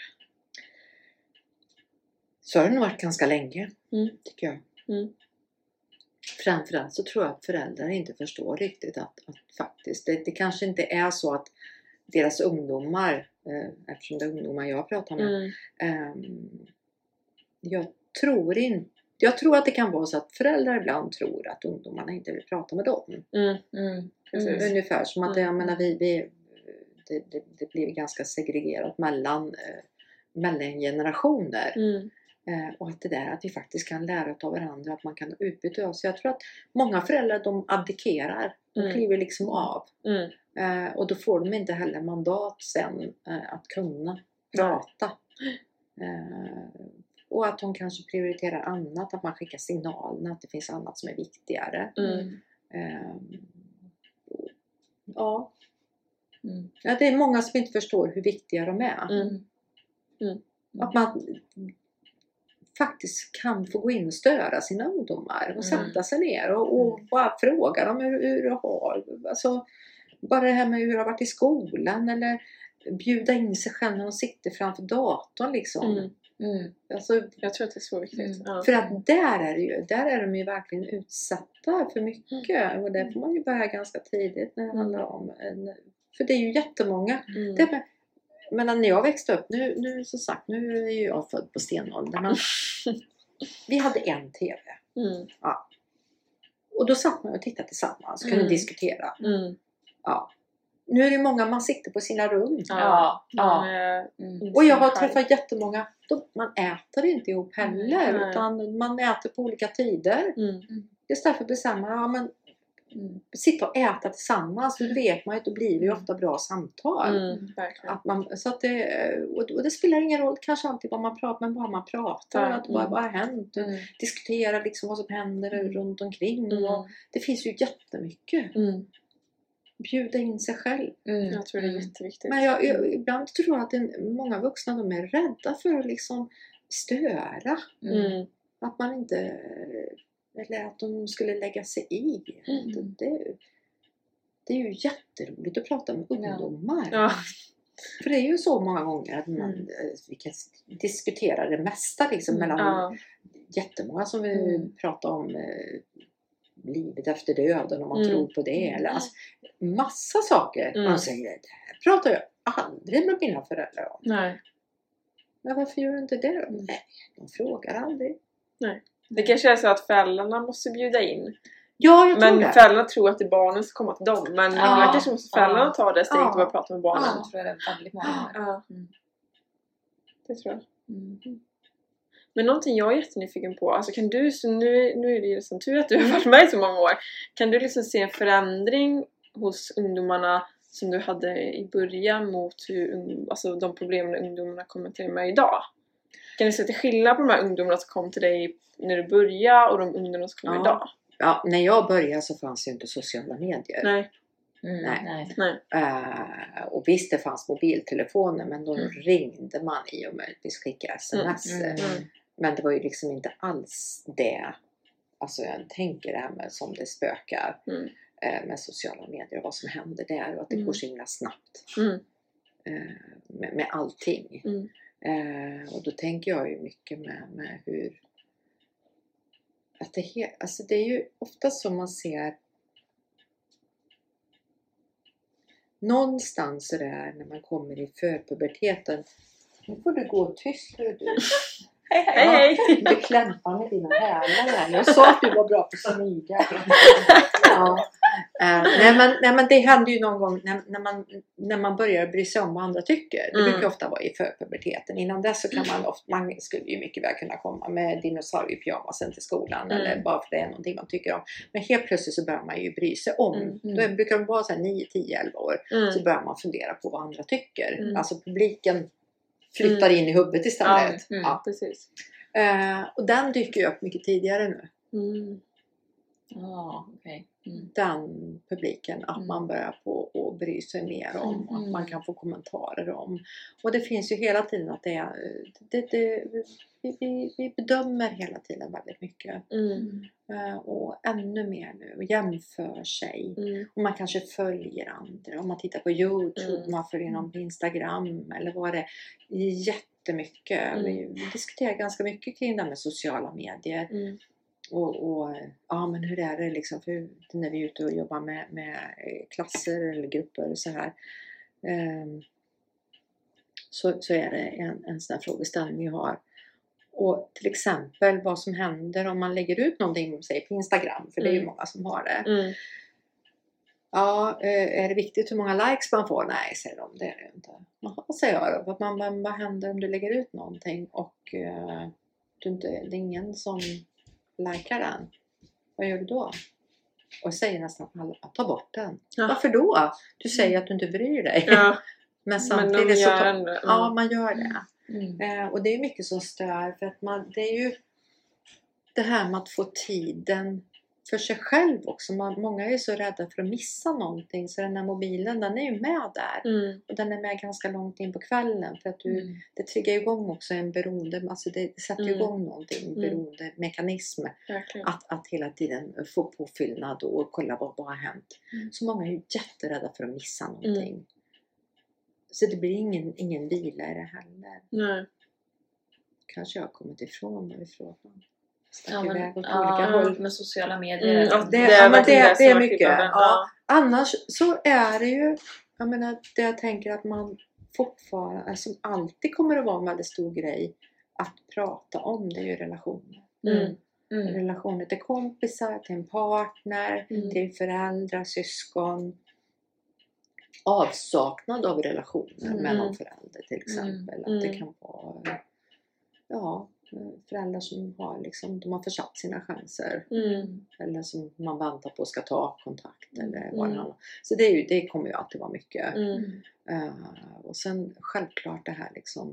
Så har det nog varit ganska länge. Mm. Tycker jag. Mm. Framförallt så tror jag att föräldrar inte förstår riktigt att, att faktiskt det, det kanske inte är så att deras ungdomar, eh, eftersom det är ungdomar jag pratar med, Mm. eh, jag tror inte jag tror att det kan vara så att föräldrar ibland tror att ungdomarna inte vill prata med dem. Mm. Mm. Precis. Ungefär som att Mm. jag menar, vi, vi, det, det, det blir ganska segregerat mellan, eh, mellan generationer. Mm. Eh, och att det där att vi faktiskt kan lära av varandra, att man kan utbyta oss. Jag tror att många föräldrar de abdikerar. De Mm. kliver liksom av. Mm. Eh, och då får de inte heller mandat sen eh, att kunna prata. Eh, och att de kanske prioriterar annat. Att man skickar signalerna att det finns annat som är viktigare. Mm. Eh, ja. Mm. ja, det är många som inte förstår hur viktiga de är. Mm. Mm. Att man faktiskt kan få gå in och störa sina ungdomar och Mm. sätta sig ner och, och bara fråga dem hur, hur det har. Alltså, bara det här med hur det har varit i skolan eller bjuda in sig själv när de sitter framför datorn liksom. Mm. Mm. Alltså, Jag tror att det är så viktigt. Mm. Ja. för att där är, det ju, där är de ju verkligen utsatta för mycket. Och det får man ju börja ganska tidigt när det handlar om. En, för det är ju jättemånga. Mm. Det med, men när jag växte upp, nu, nu som sagt, nu är ju jag född på stenåldern. Men vi hade en tv. Mm. Ja. Och då satt man och tittade tillsammans och kunde Mm. diskutera. Mm. Ja. Nu är det många, man sitter på sina rum. Ja. Ja. Mm. Och jag har träffat jättemånga, då, man äter inte ihop heller. Nej. Utan man äter på olika tider. Mm. Istället för att bestämma, ja men Mm. sitta och äta tillsammans. Då vet man ju att då blir det ju ofta bra samtal. Mm. Verkligen. Att man, så att det, och, och det spelar ingen roll kanske alltid vad man pratar, men bara man pratar. Ja, Att vad, mm. vad har hänt? Mm. Diskutera liksom vad som händer Mm. runt omkring. Mm. Och det finns ju jättemycket. Mm. Bjuda in sig själv. Mm. Jag tror det är jätteviktigt. Men jag, jag, ibland tror jag att det, många vuxna de är rädda för att liksom störa. Mm. Att man inte... Eller att de skulle lägga sig i. Mm. Det, det, det är ju jätteroligt att prata med ungdomar. Ja. För det är ju så många gånger att man, Mm. vi kan diskutera det mesta liksom, Mm. mellan Ja. jättemånga som vill Mm. prata om eh, livet efter döden, om man Mm. tror på det. Eller, alltså, massa saker. Mm. Man säger, det här pratar jag aldrig med mina föräldrar om. Nej. Men varför gör du inte det? Mm. Nej, de frågar aldrig. Det kanske är så att föräldrarna måste bjuda in. Ja, jag tror Men det. föräldrarna tror att det är barnen som kommer till dem. Men Ja. ibland kanske måste föräldrarna Ja. ta det steget och Ja. börja prata med barnen. Ja, jag tror det är väldigt många gånger. Ja. Mm. Det tror jag. Mm. Men någonting jag är jättenyfiken på. Alltså kan du, så nu, nu är det ju som tur att du har varit med i så många år. Kan du liksom se en förändring hos ungdomarna som du hade i början mot hur, ung- alltså de problemen ungdomarna kommer till dig med idag? Kan du se till skillnad på de här ungdomarna som kom till dig när du började och de ungdomarna som kommer Ja. idag? Ja, när jag började så fanns ju inte sociala medier. Nej. Mm. Nej. Nej. Nej. Uh, och visst, det fanns mobiltelefoner, men då Mm. ringde man i och med att vi skickade sms. Mm. Mm. Men det var ju liksom inte alls det. Alltså jag tänker det här med som det spökar Mm. eh, med sociala medier och vad som händer där och att det Mm. går så himla snabbt Mm. eh, med, med allting. Mm. Eh, och då tänker jag ju mycket med, med hur att det, he, alltså det är ju ofta som man ser någonstans där när man kommer i förpuberteten. Nu får du gå tyst, hör du. Hej hej! Du klämpar med dina hälar här. Jag sa att du var bra på att smyga. Ja. Uh, nej, men, nej men det händer ju någon gång när, när, man, när man börjar bry sig om vad andra tycker. Det Mm. brukar ofta vara i förpuberteten. Innan dess så kan man ofta, man skulle ju mycket väl kunna komma med dinosauriepyjamasen till skolan. Mm. Eller bara för det är någonting man tycker om. Men helt plötsligt så börjar man ju bry sig om. Mm. Då brukar de vara så här nio, tio, elva år. Mm. Så börjar man fundera på vad andra tycker. Mm. Alltså publiken flyttar in i huvudet istället. Ja, mm, Ja. precis. Uh, och den dyker ju upp mycket tidigare nu. Mm. Ja, okej. Mm. Den publiken, att Mm. man börjar på och bry sig mer om och att Mm. man kan få kommentarer om. Och det finns ju hela tiden att det är det, det, vi, vi, vi bedömer hela tiden väldigt mycket Mm. uh, och ännu mer nu och jämför sig. Mm. Och man kanske följer andra, om man tittar på YouTube, Mm. man följer någon på Instagram eller vad det är. Jättemycket. Mm. Vi, vi diskuterar ganska mycket kring det här med sociala medier. Mm. Och, och ja, men hur är det liksom, för när vi är ute och jobbar med, med klasser eller grupper och så här. Um, så, så är det en, en sån här frågeställning vi har. Och till exempel vad som händer om man lägger ut någonting säg, på Instagram. För det är ju Mm. många som har det. Mm. Ja, är det viktigt hur många likes man får? Nej, säger de. Det är det inte. Jaha, säger jag då. Vad, man, vad händer om du lägger ut någonting och uh, du inte, det är ingen som likar den? Vad gör du då? Och säger nästan alla, ta bort den. Ja. Varför då? Du säger att du inte bryr dig. Ja. Men Men samtidigt de så gör tar, ändå. Mm. ja, man gör det. Mm. Eh, och det är mycket som stör för att man, det är ju det här med att få tiden för sig själv också. Man, många är så rädda för att missa någonting så den här mobilen, den är ju med där. Mm. Och den är med ganska långt in på kvällen för att du, Mm. det triggar igång också en beroende, alltså det, det sätter Mm. igång någonting, Mm. beroendemekanism. Verkligen. Att, att hela tiden få påfyllnad och kolla vad, vad har hänt. Mm. Så många är ju jätterädda för att missa någonting. Mm. Så det blir ingen, ingen vila i det heller. Nej. Kanske jag har kommit ifrån därifrån. Stack Ja, men, iväg åt ja, olika håll. med sociala medier. Mm, och Det, det, ja, är men verkligen det, som det är har mycket. klippt av den. Ja. Annars så är det ju, jag menar, det jag tänker att man fortfarande, som alltid kommer att vara en väldigt stor grej att prata om, det är ju relationer. Mm. Mm. Relationer till kompisar, till en partner, Mm. till föräldrar, syskon. Avsaknad av relationer Mm. med någon förälder till exempel. Mm. Att det kan vara ja, föräldrar som har, liksom, de har försatt sina chanser. Mm. Eller som man väntar på ska ta kontakt. Eller vad Mm. det handlar om. Så det, är ju, det kommer ju alltid vara mycket. Mm. Uh, och sen självklart det här liksom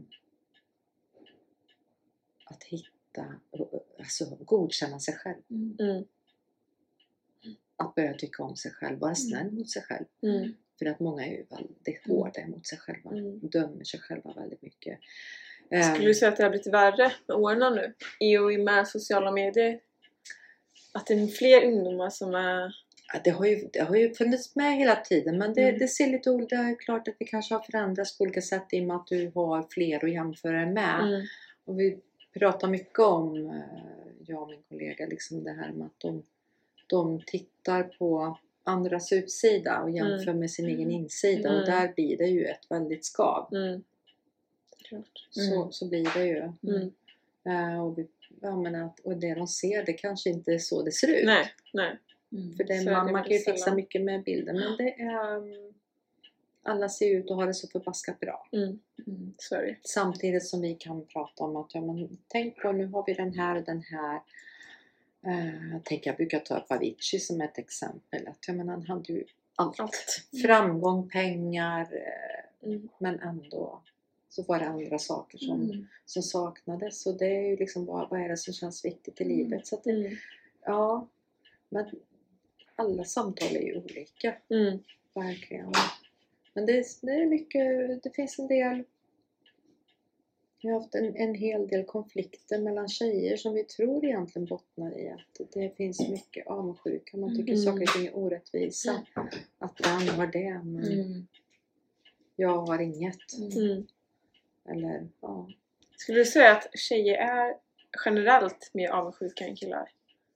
att hitta, alltså godkänna sig själv. Mm. Att börja tycka om sig själv, vara snäll mot sig själv. Mm. För att många är ju väldigt hårda mot sig själva. Mm. Dömer sig själva väldigt mycket. Skulle du säga att det har blivit värre med åren nu? I och med sociala medier? Att det är fler ungdomar som är... Ja, det, har ju, det har ju funnits med hela tiden. Men det, Mm. det ser lite olika. Det är klart att det kanske har förändrats på olika sätt. I och med att du har fler att jämföra med. Mm. Och vi pratar mycket om, jag och min kollega, liksom det här med att de, de tittar på andras utsida och jämför med sin egen insida. Mm. Och där blir det ju ett väldigt skav. Mm. Klart. Så, Mm. så blir det ju. Mm. Uh, och, vi, ja, men att, och det de ser, det kanske inte är så det ser ut. Nej, nej. Mm. För det, Så är man, det man kan ju väldigt fixa sällan. mycket med bilden. Men det är... um, alla ser ut och har det så förbaskat bra. Mm. Mm. Så är det. Samtidigt som vi kan prata om att ja, men, tänk på, nu har vi den här och den här. Uh, jag tänker, jag brukar ta upp Avicii som ett exempel. Att, ja, men han hade ju allt. Allt. Framgång, pengar. Uh, Mm. men ändå så var det andra saker som, Mm. som saknades. Så det är ju liksom vad, vad är det som känns viktigt i livet. Så att det, Mm. ja, men alla samtal är ju olika. Mm. Verkligen. Men det, det är mycket, det finns en del, vi har haft en, en hel del konflikter mellan tjejer som vi tror egentligen bottnar i att det finns mycket avundsjuka. Man tycker Mm. saker och ting är orättvisa. Att den har det, men Mm. jag har inget. Mm. Eller, ja. Skulle du säga att tjejer är generellt mer avundsjuka än killar?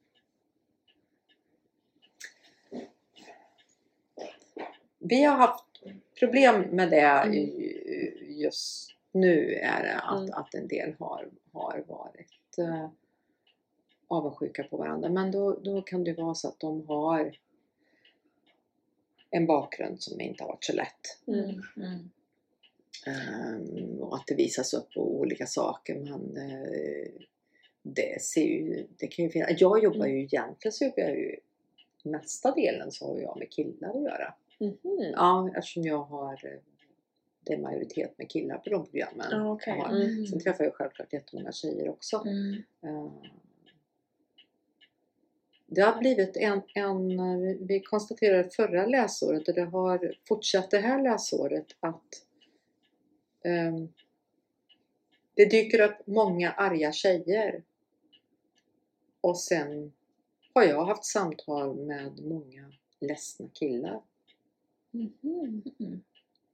Vi har haft problem med det Mm. just nu, är det att, Mm. att en del har, har varit uh, avundsjuka på varandra. Men då, då kan det vara så att de har en bakgrund som inte har varit så lätt. Mm. Mm. Um, och att det visas upp på olika saker. Men uh, det ser ju, det kan ju finnas. Jag jobbar ju egentligen så jobbar jag ju mesta delen så har jag med killar att göra. Mhm. Ja, eftersom jag har det är majoritet med killar på de programmen. Ja, okej. Ja. Mm. Sen träffar jag självklart jättemånga tjejer också. Mm. Uh, det har blivit en, en, vi konstaterade förra läsåret och det har fortsatt det här läsåret att um, det dyker upp många arga tjejer. Och sen har jag haft samtal med många ledsna killar. Mhm. Mm.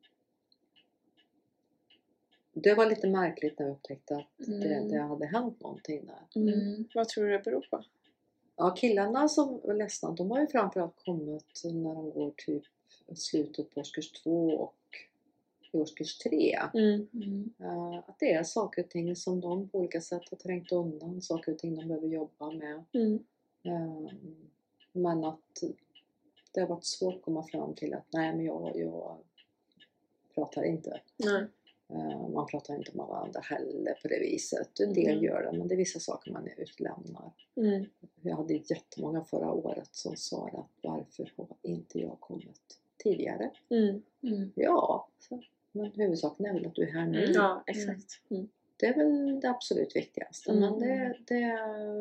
Det var lite märkligt när jag upptäckte att Mm. det, det hade hänt någonting där. Mm. Mm. Vad tror du det beror på? Ja, killarna som var ledsna, de har ju framförallt kommit när de går typ slutet på årskurs två och i årskurs tre. Mm. Mm. Uh, att det är saker och ting som de på olika sätt har trängt undan, saker och ting de behöver jobba med. Mm. Uh, men att det har varit svårt att komma fram till att nej men jag, jag pratar inte. Nej. Uh, man pratar inte med varandra heller på det viset. En del Mm. gör det, men det är vissa saker man utlämnar. Mm. Jag hade jättemånga förra året som sa att varför har inte jag kommit tidigare? Mm. Mm. Ja, så, men huvudsaken är väl att du är här nu. Mm. Ja, exakt. Mm. Det är väl det absolut viktigaste. Mm. Men det, det,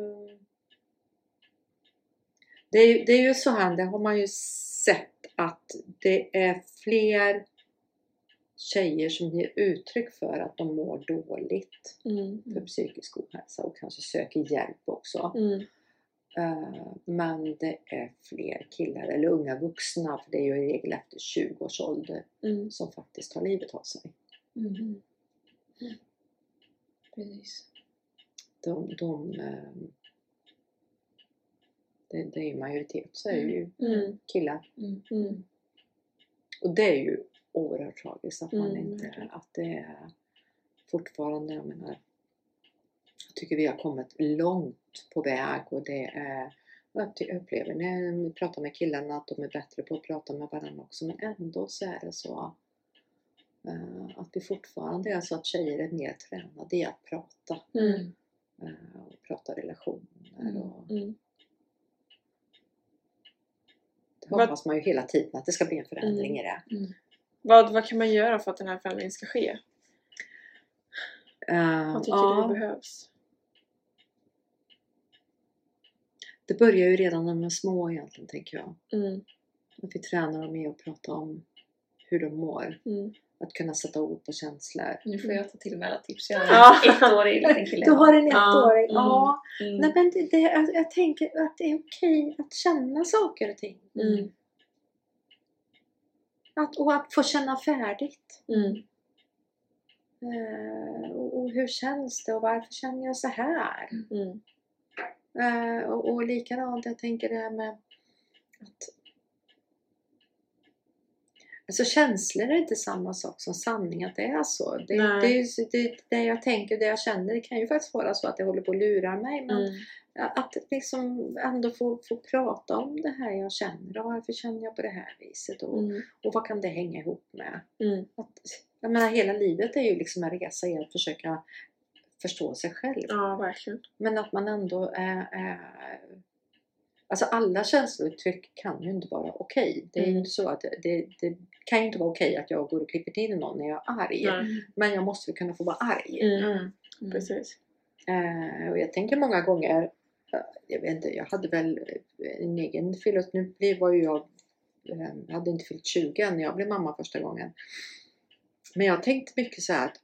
det, är, det är ju så här, det har man ju sett att det är fler tjejer som ger uttryck för att de mår dåligt Mm. för psykisk ohälsa och kanske söker hjälp också. Mm. Uh, men det är fler killar eller unga vuxna, för det är ju i regel efter tjugo års ålder, Mm. som faktiskt tar livet av sig. Mm. Precis. De, de, uh, det, det är ju majoritet, så är det ju Mm. killar. Mm. Mm. Och det är ju oerhört tragiskt att man Mm, inte, verkligen. att det är fortfarande, jag menar, jag tycker vi har kommit långt på väg och det är, jag upplever när vi pratar med killarna att de är bättre på att prata med varandra också, men ändå så är det så uh, att vi fortfarande är så att tjejer är mer tränade i att prata Mm. uh, och prata relationer Mm. och Mm. det hoppas man ju hela tiden att det ska bli en förändring Mm. i det. Mm. Vad, vad kan man göra för att den här förändringen ska ske? Uh, Vad tycker ja. du behövs? Det börjar ju redan när de är små egentligen, tänker jag. Mm. Att vi tränar dem i att prata om hur de mår. Mm. Att kunna sätta ord på känslor. Nu får jag ta till mig alla tips. Jag Ja. har en ettårig liten kille. Du har en Ja. ettåring? Mm. Ja. Mm. Nej, men det, det, jag, jag tänker att det är okej att känna saker och ting. Mm. Att, och att få känna färdigt. Mm. Eh, och, och hur känns det och varför känner jag så här? Mm. Eh, och, och likadant, jag tänker det här med att alltså känslor är inte samma sak som sanning, att det är så. Det, Nej. det, är ju- det, det jag tänker, det jag känner, det kan ju faktiskt vara så att jag håller på att lura mig. Men Mm. att liksom ändå få, få prata om det här jag känner. Och varför känner jag på det här viset? Och, Mm. och vad kan det hänga ihop med? Mm. Att, jag menar, hela livet är ju liksom en resa i att försöka förstå sig själv. Ja, verkligen. Men att man ändå är... är alltså alla känslouttryck kan ju inte vara okej. Det är ju Mm. inte så att det, det kan ju inte vara okej att jag går och klipper till någon när jag är arg. Nej. Men jag måste väl kunna få vara arg. Mm. Mm. Mm. Precis. Eh, och jag tänker många gånger, eh, jag vet inte, jag hade väl en egen filosofi. Nu blev- var ju jag, eh, jag hade inte fyllt tjugo när jag blev mamma första gången. Men jag tänkte mycket så här att,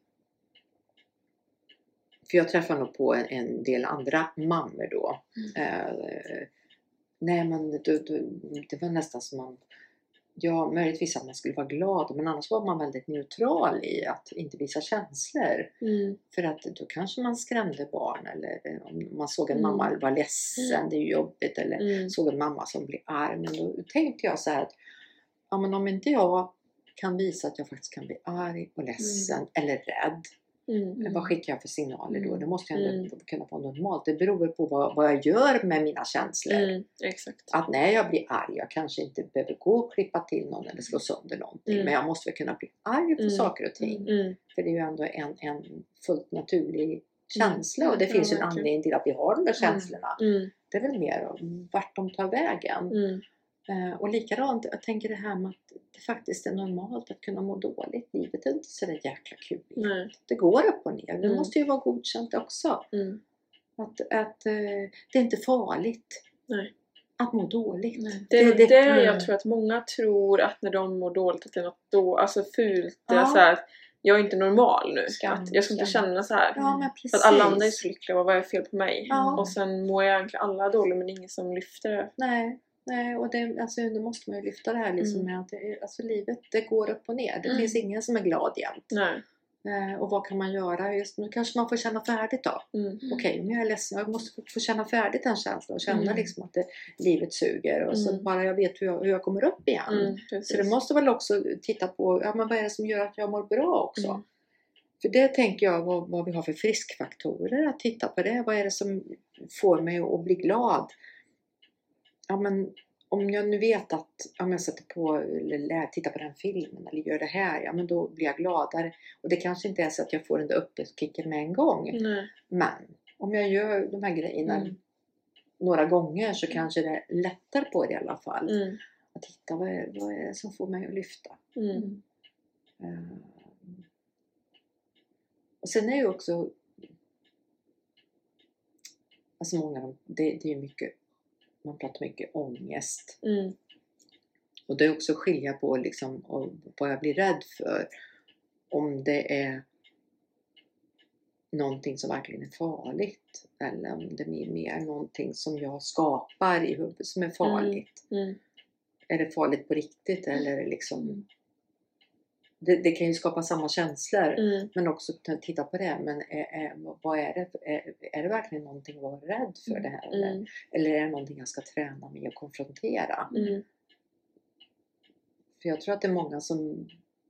för jag träffade nog på en, en del andra mammor då. Eh, nej men det, det, det var nästan som man, ja möjligtvis att man skulle vara glad, men annars var man väldigt neutral i att inte visa känslor. Mm. För att då kanske man skrämde barn, eller om man såg en Mm. mamma var ledsen, det är ju jobbigt, eller Mm. såg en mamma som blir arg. Men då tänkte jag så här att, ja men om inte jag kan visa att jag faktiskt kan bli arg och ledsen eller rädd, Mm. Vad skickar jag för signaler då? Mm. Det måste jag ändå Mm. kunna vara normalt. Det beror väl på vad, vad jag gör med mina känslor. Mm. Exakt. Att när jag blir arg, jag kanske inte behöver gå och klippa till någon eller slå sönder någonting. Mm. Men jag måste väl kunna bli arg för Mm. saker och ting. Mm. För det är ju ändå en, en fullt naturlig känsla. Och det Ja, finns ju en verkligen. anledning till att vi har de där känslorna. Mm. Det är väl mer om vart de tar vägen. Mm. Eh, och likadant, jag tänker det här med att det faktiskt är normalt att kunna må dåligt. Livet är inte så där jäkla kul. Nej. Det går upp och ner. Det Mm. måste ju vara godkänt också. Mm. Att, att eh, det är inte farligt Nej. att må dåligt. Nej. Det är Det- det, det- jag tror att många tror att när de mår dåligt att det är något då, alltså fult. Det är Ja. så här, att jag är inte normal nu. Skam, Att jag ska inte skam. känna så här. Ja, men precis. För att alla andra är så lyckliga och vad är fel på mig? Ja. Och sen mår jag egentligen alla dåligt men det är ingen som lyfter det. Nej, nej, och det, alltså, nu måste man ju lyfta det här liksom Mm. med att det, är- alltså, livet det går upp och ner. Det Mm. finns ingen som är glad jämt. Nej. Eh, och vad kan man göra? Just nu kanske man får känna färdigt då. Mm. Okej, om jag är ledsen, jag måste få, få känna färdigt den känslan och känna Mm. liksom att det, livet suger. Och så Mm. bara jag vet hur jag, hur jag kommer upp igen. Mm. Så Precis. det måste väl också titta på, ja, men vad är det som gör att jag mår bra också? Mm. För det tänker jag vad, vad vi har för friskfaktorer att titta på det. Vad är det som får mig att bli glad? Ja, men om jag nu vet att om jag sätter på eller tittar på den filmen eller gör det här, ja men då blir jag gladare. Och det kanske inte är så att jag får den där uppkicken med en gång. Nej. Men om jag gör de här grejerna Mm. några gånger så kanske det lättar på det i alla fall. Mm. Att hitta vad är, vad är det som får mig att lyfta. Mm. Uh, och sen är ju också alltså många, det, det är ju mycket, man pratar mycket ångest. Mm. Och det är också skilja på liksom, och vad jag blir rädd för. Om det är någonting som verkligen är farligt. Eller om det är mer någonting som jag skapar i huvudet som är farligt. Mm. Är det farligt på riktigt? Eller är det liksom... Det, det kan ju skapa samma känslor. Mm. Men också t- titta på det. Men är, är, vad är det? Är, är det verkligen någonting att vara rädd för det här? Eller, Mm. eller är det någonting jag ska träna mig och konfrontera? Mm. För jag tror att det är många som...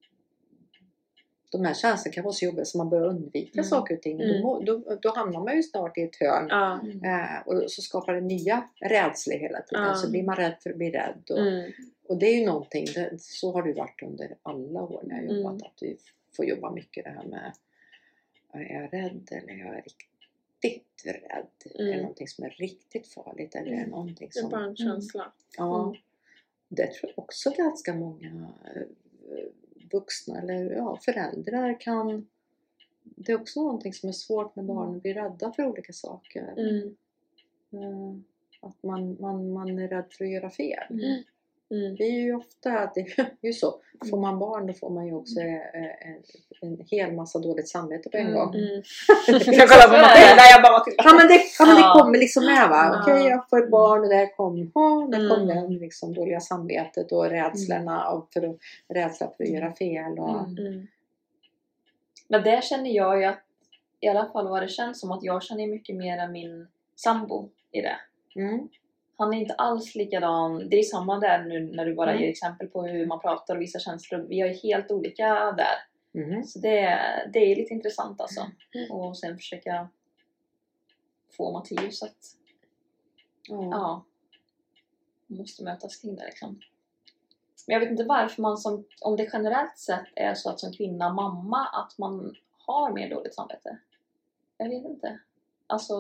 De här känslorna kan vara så jobbiga så man börjar undvika Mm. saker och ting. Mm. Då, då, då hamnar man ju snart i ett hörn. Ja. Eh, och så skapar det nya rädslor hela tiden. Ja. Så blir man rädd för att bli rädd. Och, Mm. och det är ju någonting, det, så har det varit under alla år när jag har jobbat. Mm. Att vi får jobba mycket det här med, är jag rädd eller är jag riktigt rädd? Mm. Är det någonting som är riktigt farligt eller är det någonting Det är som... bara en känsla. Ja, Mm. det tror jag också ganska många eh, vuxna eller ja, föräldrar kan... Det är också någonting som är svårt när barnen blir rädda för olika saker. Mm. Eh, Att man, man, man är rädd för att göra fel. Mm. Mm. Det är ju ofta att det är ju så. Får man barn då får man ju också eh, en, en hel massa dåligt samvete på en Mm. gång. Mm. Jag kollar på mig där jag bara till. Ja men det, ja, men det Ja. kommer liksom med va. Ja. Okej jag får ett barn och där kom, ja, där kom Mm. den liksom dåliga samvetet och rädslorna av för att, rädsla för att göra fel. Och, Mm. Mm. Men det känner jag ju att, i alla fall vad det känns som, att jag känner mycket mer än min sambo i det. mm. Han är inte alls likadan. Det är samma där nu när du bara Mm. ger exempel på hur man pratar och visar känslor. Vi är helt olika där. Mhm. Så det, det är lite intressant alltså. Och sen försöka få Mattias att Ja. ja, måste mötas kring det liksom. Men jag vet inte varför man som, om det generellt sett är så att som kvinna, mamma, att man har mer dåligt samvete. Jag vet inte. Alltså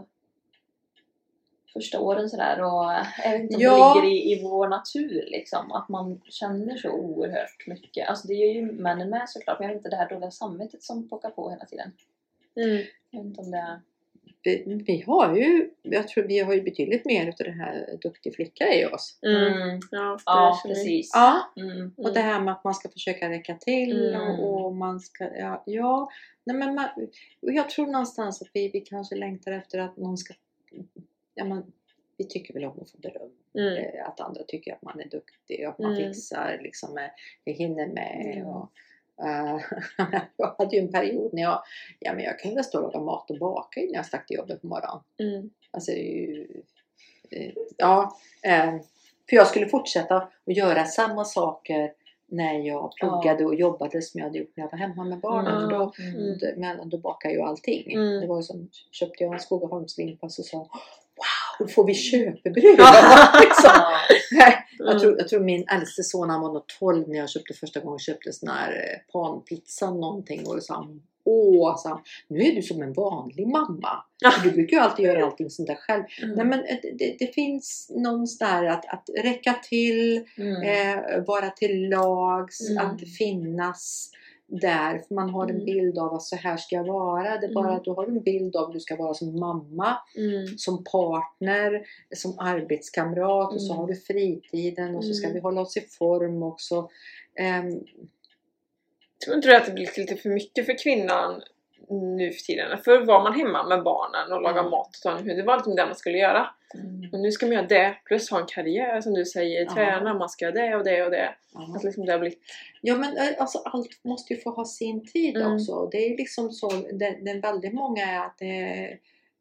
första åren sådär, och jag vet inte om Ja. det ligger i, i vår natur liksom, att man känner så oerhört mycket. Alltså det gör ju männen med såklart, men jag vet inte det här dåliga samvetet som pockar på hela tiden. Mm. Jag vet inte om det är... Vi, vi har ju, jag tror vi har ju betydligt mer av det här duktig flicka i oss. Mm. Ja, Ja, det känner vi. precis. Ja. Mm. Och det här med att man ska försöka räcka till Mm. och, och man ska, ja, ja nej men man, och jag tror någonstans att vi, vi kanske längtar efter att någon ska, ja men vi tycker väl om att få beröm. Mm. Eh, Att andra tycker att man är duktig och att man Mm. fixar liksom, eh, jag hinner med Mm. och eh, jag hade ju en period när jag, ja men jag kunde stå och laga mat och baka innan jag stack till jobbet på morgonen. Mm. Alltså, ju, eh, ja, eh, för jag skulle fortsätta att göra samma saker när jag pluggade och jobbade som jag hade gjort när jag var hemma med barnen. Mm. För då, Mm. då, men då bakade ju allting. Mm. Det var ju som, köpte jag en Skogaholmslimpa så sa wow, då får vi köpebröd. liksom. jag, tror, jag tror min äldste son, han var nog tolv när jag köpte första gången. Köpte sån här panpizza någonting och sa åh, så, nu är du som en vanlig mamma. Du brukar ju alltid göra allting sånt där själv. Mm. Nej, men det, det finns någonstans där att, att räcka till, Mm. eh, vara till lags, Mm. att finnas där. För man har en Mm. bild av att så här ska jag vara. Det är bara Mm. att du har en bild av att du ska vara som mamma, Mm. som partner, som arbetskamrat. Och så Mm. har du fritiden och så ska Mm. vi hålla oss i form också. Ehm, Jag tror att det blir lite för mycket för kvinnan nu för tiden. Förr var man hemma med barnen och laga Mm. mat och ta en hud. Det var liksom det man skulle göra. Mm. Och nu ska man göra det. Plus ha en karriär som du säger. Ja. Träna, man ska göra det och det och det. ja. Att liksom det har blivit... Ja, men eh, alltså, allt måste ju få ha sin tid Mm. också. Det är liksom så, det, det är väldigt många är att det,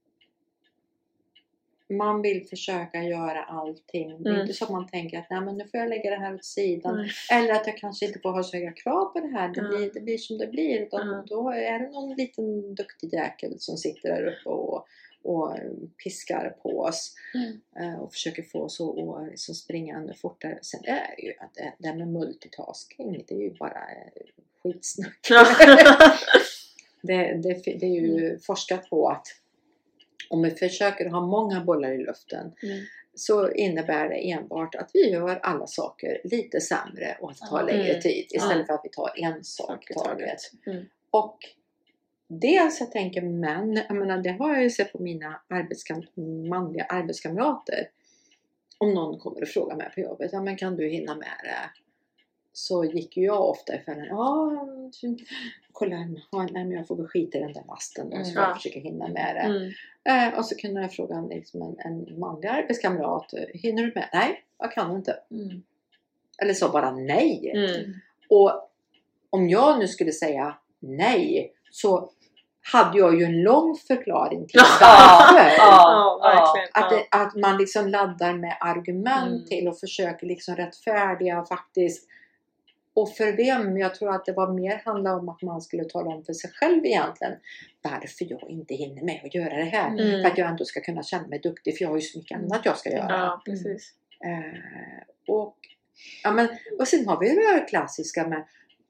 man vill försöka göra allting. Det är Mm. inte så att man tänker att nej, men nu får jag lägga det här åt sidan. Nej. Eller att jag kanske inte får ha så höga krav på det här. Det, Ja. blir, det blir som det blir. Utan Ja. Då är det någon liten duktig jäkel som sitter där uppe och, och piskar på oss. Mm. eh, Och försöker få oss att och, liksom springa ännu fortare. Sen är det ju att det, det här med multitasking, det är ju bara eh, skitsnack. det, det, det är ju forskat på att om vi försöker ha många bollar i luften Mm. så innebär det enbart att vi gör alla saker lite sämre och att det tar Mm. längre tid istället Mm. för att vi tar en sak i taget. Mm. Och dels jag tänker män, jag menar, det har jag ju sett på mina arbetskam- manliga arbetskamrater. Om någon kommer och frågar mig på jobbet, ja men kan du hinna med det? Så gick ju jag ofta i fällan, ja kolla, ja, nej, men jag får väl skita i den där lasten och så får Ja. jag försöka hinna med det. Mm. Eh, och så kunde jag fråga en, liksom en, en manlig arbetskamrat, hinner du med? Nej, jag kan inte. Mm. Eller så bara nej. Mm. Och om jag nu skulle säga nej så hade jag ju en lång förklaring till varför. Ja, verkligen. Att, det, att man liksom laddar med argument Mm. till och försöker liksom rättfärdiga faktiskt. Och för vem? Jag tror att det var mer handla om att man skulle tala om för sig själv egentligen. Varför jag inte hinner med att göra det här. Mm. För att jag ändå ska kunna känna mig duktig. För jag har ju så mycket annat jag ska göra. Ja, precis. Eh, och, ja, men, och sen har vi det här klassiska med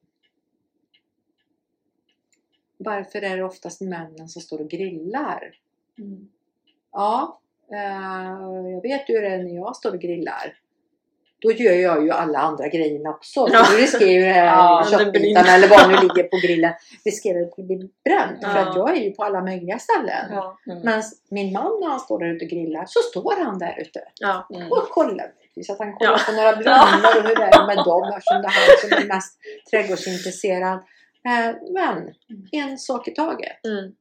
varför är det oftast männen som står och grillar? Mm. Ja, eh, jag vet ju det när jag står och grillar. Då gör jag ju alla andra grejerna också. Ja. Då riskerar ju det här Ja, det köttbitarna eller vad nu ligger på grillen. Riskerar att bli bränt. Ja. För att jag är ju på alla möjliga ställen. Ja. Mm. Men min man när han står där ute och grillar så står han där ute. Ja. Mm. Och kollar. Så att han kollar Ja. på några blommor och hur det är med dem. Eftersom det är han som är mest trädgårdsintresserad. Eh, men en sak i taget. Mm.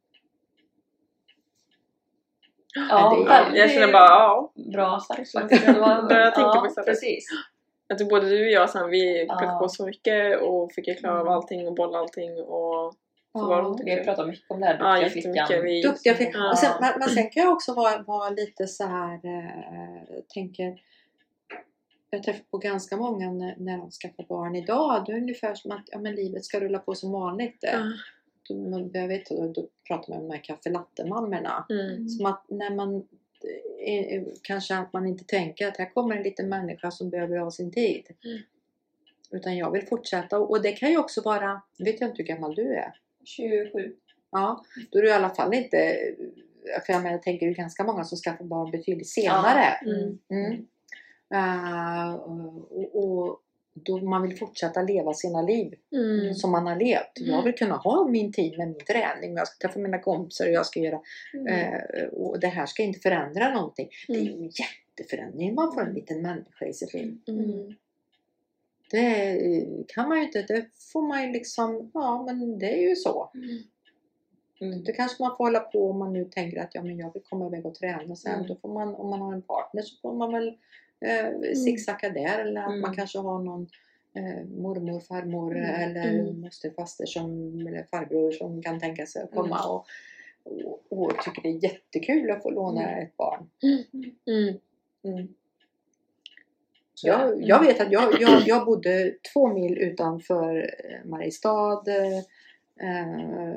Ja, det är- väldigt Jag känner bara, ja. bra sagt faktiskt. Det var, Det jag tänkte ja, på istället. precis. Jag tror både du och jag sen, vi Ja. plockade på så mycket och fick klara av Mm. allting och bolla allting och så Ja. var det inte Vi har kul. pratat mycket om det här, Ja, duktiga jättemycket. flickan. Vi, Duktiga flickor. Ja. Och sen, men, men sen kan jag också vara, vara lite så här. Eh, tänker. Jag träffar på ganska många när, när de skaffar barn idag. Det är ungefär som att ja, men livet ska rulla på som vanligt. Ja. Då, jag vet, då, då pratar man med de här kaffelattemammerna. Mm. Som att när man eh, kanske att man inte tänker att här kommer en liten människa som behöver ha sin tid. Mm. Utan jag vill fortsätta. Och det kan ju också vara, vet jag inte hur gammal du är. tjugosju. Ja, då är du i alla fall inte, för jag, menar, jag tänker det är ganska många som skaffar barn betydligt senare. Mm. Mm. Uh, och, och då man vill fortsätta leva sina liv Mm. som man har levt. Jag vill kunna ha min tid med min träning. Jag ska träffa mina kompisar och jag ska göra Mm. eh, och det här ska inte förändra någonting. Det är ju Mm. en jätteförändring. Man får en liten människa i sitt liv. Mm. Det kan man ju inte. Det får man ju liksom. Ja, men det är ju så. Mm. Det kanske man får hålla på om man nu tänker att ja, men jag vill komma iväg och träna sen. Mm. Då får man, om man har en partner så får man väl eh, zigzacka där. Eller att Mm. man kanske har någon eh, mormor, farmor Mm. eller Mm. moster, faster som, eller farbror som kan tänka sig att komma Mm. och, och, och tycker det är jättekul att få låna Mm. ett barn. Mm. Mm. Jag, jag vet att jag, jag, jag bodde två mil utanför Mariestad. Eh,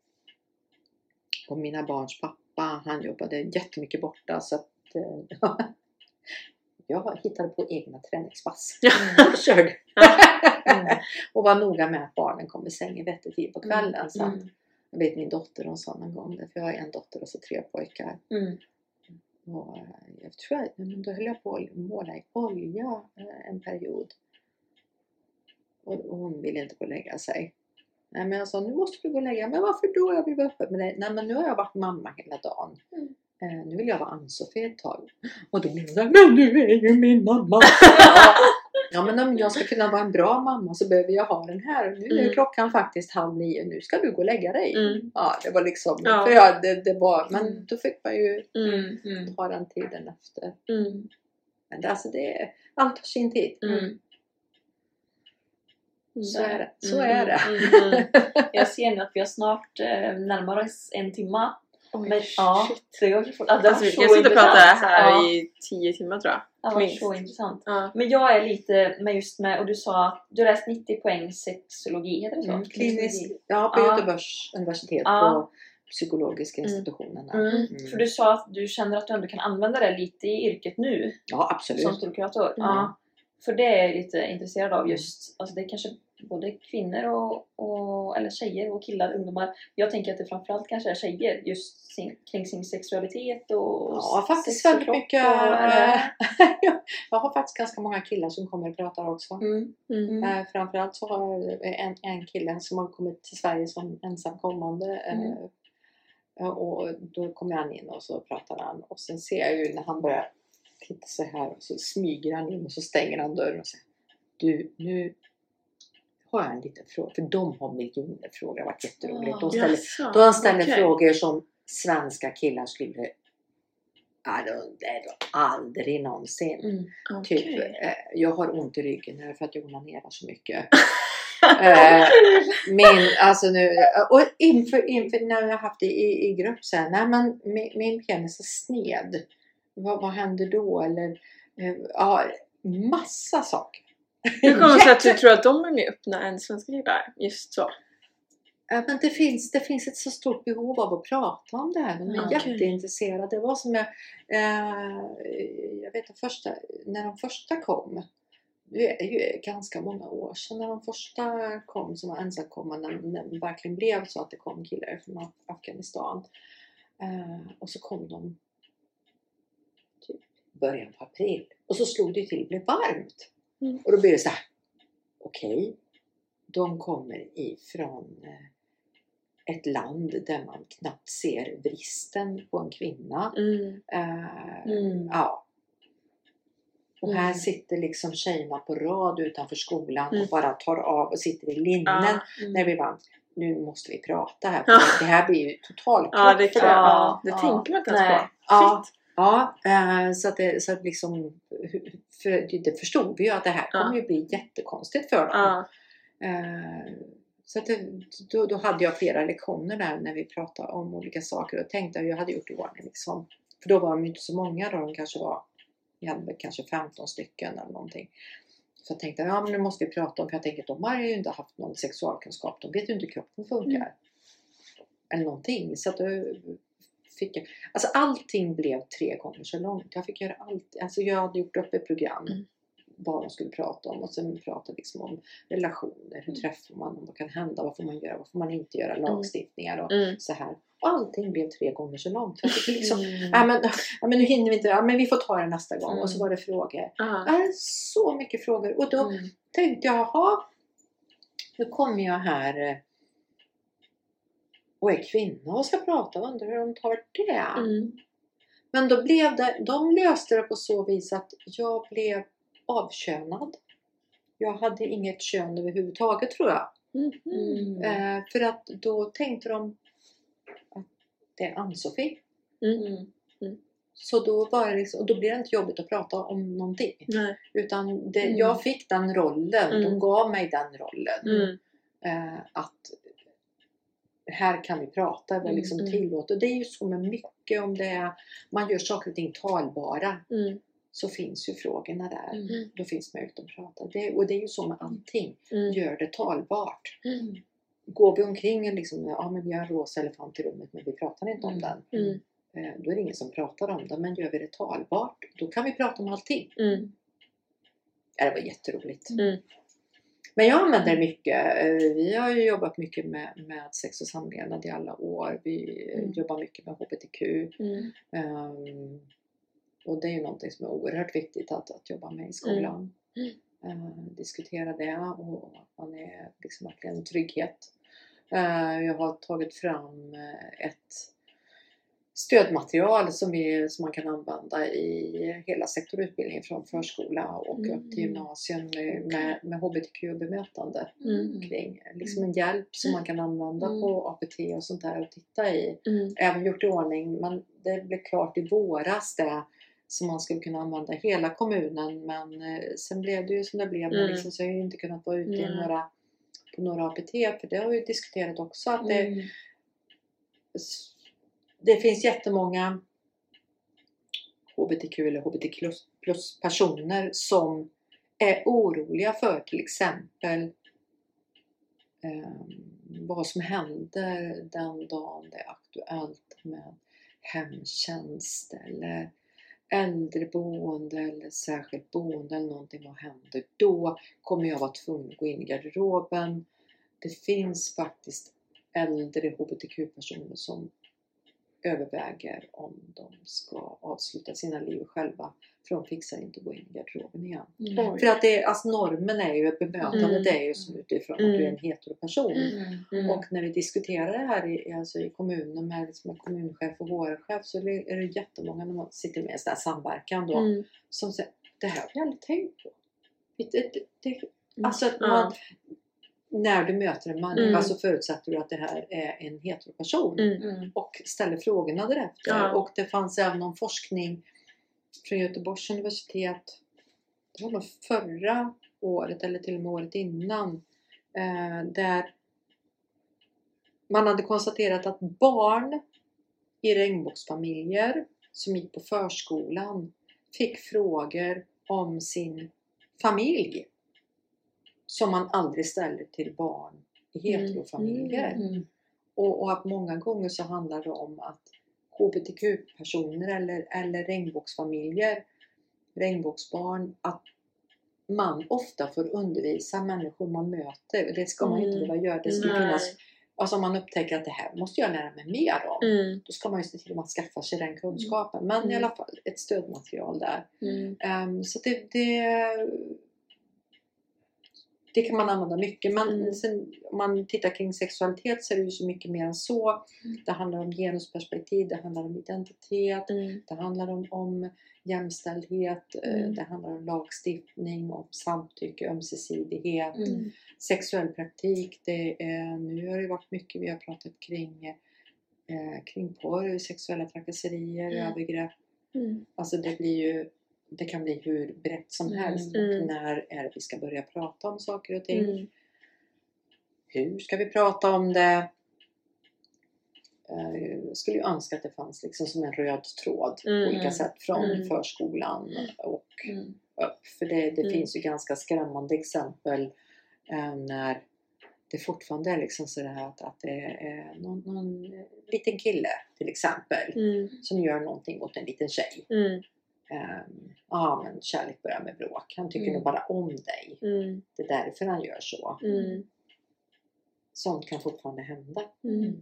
och mina barns pappa, han jobbade jättemycket borta. Så att eh, jag hittade på egna träningspass. Och körde. Mm. Och var noga med att barnen kom i säng i vettig tid på kvällen. Mm. Så att, jag vet min dotter, hon sa någon gång, för jag har en dotter och så tre pojkar. Mm. Och jag tror att då höll jag på att måla i olja en period. Och hon ville inte gå och lägga sig. Nej, men jag sa, nu måste du gå och lägga. Men varför då? Jag vill vara uppe med dig. Nej, men nu har jag varit mamma hela dagen. Mm. Eh, nu vill jag vara Ann-Sofie ett tag. Och då blev hon såhär, men du är ju min mamma. Ja. Ja, men om jag ska kunna vara en bra mamma så behöver jag ha den här. Nu är mm. klockan faktiskt halv nio. Nu ska du gå och lägga dig. Mm. Ja, det var liksom. Ja. För jag, det, det var, men mm. då fick man ju mm. Mm. ta den tiden efter. Mm. Men det, alltså det, allt tar sin tid. Mm. Så är det. Så är det. Mm. Mm. Jag ser nu att vi har snart eh, närmare oss en timme. Oj, men, ja, det går fort. Alltså, alltså, jag sitter och pratar här ja. i tio timmar tror jag. Det var så intressant. Ja. Men jag är lite med just med, och du sa att du läst nittio poäng sexologi, heter det så? Mm, kliniskt, ja, på ja. Göteborgs universitet ja. på psykologiska institutionerna. Mm. Mm. För du sa att du känner att du ändå kan använda det lite i yrket nu. Ja, absolut. Som skolkurator. Mm. Ja. För det är jag lite intresserad av just, alltså det är kanske både kvinnor och, och eller tjejer och killar, ungdomar. Jag tänker att det framförallt kanske är tjejer just sin, kring sin sexualitet och ja, faktiskt väldigt mycket. Och, äh, jag har faktiskt ganska många killar som kommer och pratar också. Mm. Mm. Äh, framförallt så har jag en, en kille som har kommit till Sverige som ensamkommande. Mm. Äh, och då kommer han in och så pratar han. Och sen ser jag ju när han börjar titta så här och så smyger han in och så stänger han dörren och säger, du, nu har jag en liten fråga, för de har miljoner frågor. Det har varit jätteroligt. De ställer, yes, då han ställer okay. frågor som svenska killar skulle det är aldrig någonsin. Mm, okay. Typ, jag har ont i ryggen för att jag onanerar så mycket. eh, min, alltså nu, och inför, inför när jag har haft det i, i grupp sen, nej men min, min penis är sned. Vad, vad händer då? Eller eh, ja, massa saker. Hur kommer det sig att du tror att de är mer öppna än svenska killar? Just så. Ja, men det finns, det finns ett så stort behov av att prata om det här. De är okay. jätteintresserade. Det var som jag, eh, jag vet att första, när de första kom, det är ju ganska många år sedan när de första kom som var ensamkommande, när det verkligen blev så att det kom killar från Afghanistan. Eh, och så kom de typ början på april. Och så slog det till, det blev varmt. Mm. Och då blir det så här, okej, okay, de kommer ifrån ett land där man knappt ser vristen på en kvinna. Mm. Uh, mm. Ja. Och här mm. sitter liksom tjejerna på rad utanför skolan mm. och bara tar av och sitter i linnen. Ah. Mm. När vi var, nu måste vi prata här, för ah. det här blir ju totalt ja, det, kan, ja, det ja. tänker man inte ens på. Ja. Ja, äh, så att det så att liksom, för det förstod vi ju att det här ja. kommer ju bli jättekonstigt för dem. Ja. Äh, så att det, då, då hade jag flera lektioner där när vi pratade om olika saker och tänkte att jag hade gjort i ordning liksom. För då var de inte så många då, de kanske var, vi hade kanske femton stycken eller någonting. Så jag tänkte, ja men nu måste vi prata om, för jag tänkte att de har ju inte haft någon sexualkunskap, de vet ju inte hur kroppen funkar. Mm. Eller någonting, så att då fick jag, alltså allting blev tre gånger så långt. Jag fick göra allt. Alltså jag hade gjort upp ett program. Mm. Vad de skulle prata om. Och sen pratade liksom om relationer. Hur träffar man? Vad kan hända? Vad får man göra? Vad får man inte göra? Lagstiftningar och mm. så här. Och allting blev tre gånger så långt. Jag fick liksom, mm. ja, men, ja, men nu hinner vi inte. Ja, men vi får ta det nästa gång. Mm. Och så var det frågor. Uh-huh. Äh, så mycket frågor. Och då mm. tänkte jag, jaha. Nu kommer jag här och är kvinna och ska prata, undrar hur de tar det. Mm. Men då blev det, de löste det på så vis att jag blev avkönad. Jag hade inget kön överhuvudtaget, tror jag. Mm. Eh, för att då tänkte de att det är Ann-Sofie. Mm. Mm. Så då var det liksom, och då blev det inte jobbigt att prata om någonting. Nej. Utan det, mm. jag fick den rollen, mm. de gav mig den rollen. Mm. Eh, att här kan vi prata, vad liksom mm. tillåter. Det är ju så med mycket, om det är, man gör saker och ting talbara. Mm. så finns ju frågorna där. Mm. Då finns möjlighet att prata. Det, och det är ju så med allting. Mm. Gör det talbart. Mm. Går vi omkring och liksom, ja men vi har en rosa elefant i rummet men vi pratar inte om Mm. den. Mm. Eh, då är det ingen som pratar om den. Men gör vi det talbart, då kan vi prata om allting. Mm. Ja, det var jätteroligt. Mm. Men jag använder det mycket. Eh, Vi har ju jobbat mycket med, med sex och samlevnad i alla år. Vi eh, Mm. jobbar mycket med H B T Q. Mm. Um, och det är ju någonting som är oerhört viktigt att, att jobba med i skolan. Mm. Uh, diskutera det och att man är liksom verkligen en trygghet. Uh, jag har tagit fram uh, ett stödmaterial som, vi, som man kan använda i hela sektorutbildningen från förskola och Mm. upp till gymnasium med, med, med H B T Q och bemötande Mm. kring. Liksom en hjälp som man kan använda Mm. på A P T och sånt där och titta i. Mm. Även gjort i ordning, men det blev klart i våras det som man skulle kunna använda i hela kommunen, men eh, sen blev det ju som det blev, men Mm. liksom, så jag har ju inte kunnat vara ute i Mm. några, på några A P T, för det har vi ju diskuterat också att det, Mm. det finns jättemånga H B T Q eller H B T Q plus personer som är oroliga för till exempel eh, vad som händer den dagen det är aktuellt med hemtjänst eller äldreboende eller särskilt boende eller någonting. Vad händer då? Kommer jag vara tvungen att gå in i garderoben? Det finns faktiskt äldre H B T Q-personer som överväger om de ska avsluta sina liv själva, för de fixar inte att gå in i garderoben igen. Mm. Oj. För att det är, alltså normen är ju, bemötandet Mm. är ju som utifrån att du är en heteroperson. Mm. Mm. Och när vi diskuterar det här i, alltså i kommunen med, liksom med kommunchef och H R-chef, så är det jättemånga när man sitter med en sån här samverkan då, Mm. som säger, det här har jag aldrig tänkt på. Det, det, det, Mm. alltså att Ja. man, när du möter en människa Mm. så förutsätter du att det här är en heteroperson. Mm. Mm. Och ställer frågorna därefter. Ja. Och det fanns även någon forskning från Göteborgs universitet, det var nog förra året eller till och med året innan, eh, där man hade konstaterat att barn i regnbågsfamiljer som gick på förskolan fick frågor om sin familj som man aldrig ställer till barn i heterofamiljer. Mm. Och, och att många gånger så handlar det om att H B T Q-personer eller, eller regnbågsfamiljer, regnbågsbarn, att man ofta får undervisa människor man möter. Det ska man ju inte Mm. behöva göra. Det ska Nej. finnas, alltså om man upptäcker att det här måste jag lära mig mer om. Mm. Då ska man ju se till att man skaffar sig den kunskapen. Men Mm. i alla fall ett stödmaterial där. Mm. Um, så det, det, det kan man använda mycket. Men Mm. sen, om man tittar kring sexualitet så är det ju så mycket mer än så. Mm. Det handlar om genusperspektiv, det handlar om identitet, Mm. det handlar om, om jämställdhet, eh, Mm. det handlar om lagstiftning, om samtycke, ömsesidighet, Mm. sexuell praktik. Det är, nu har det varit mycket, vi har pratat kring, eh, kring porr, sexuella trakasserier, Mm. övergrepp. Mm. Alltså det blir ju, det kan bli hur brett som Mm. helst. Mm. Och när är det vi ska börja prata om saker och ting? Mm. Hur ska vi prata om det? Jag skulle ju önska att det fanns liksom som en röd tråd på Mm. olika sätt från Mm. förskolan och Mm. upp. För det, det Mm. finns ju ganska skrämmande exempel eh, när det fortfarande är liksom så här att, att det är någon, någon liten kille till exempel Mm. som gör någonting mot en liten tjej. Mm. Um, ja men kärlek börjar med bråk. Han tycker Mm. nog bara om dig. Mm. Det är därför han gör så. Mm. Sånt kan fortfarande hända. Mm. Um,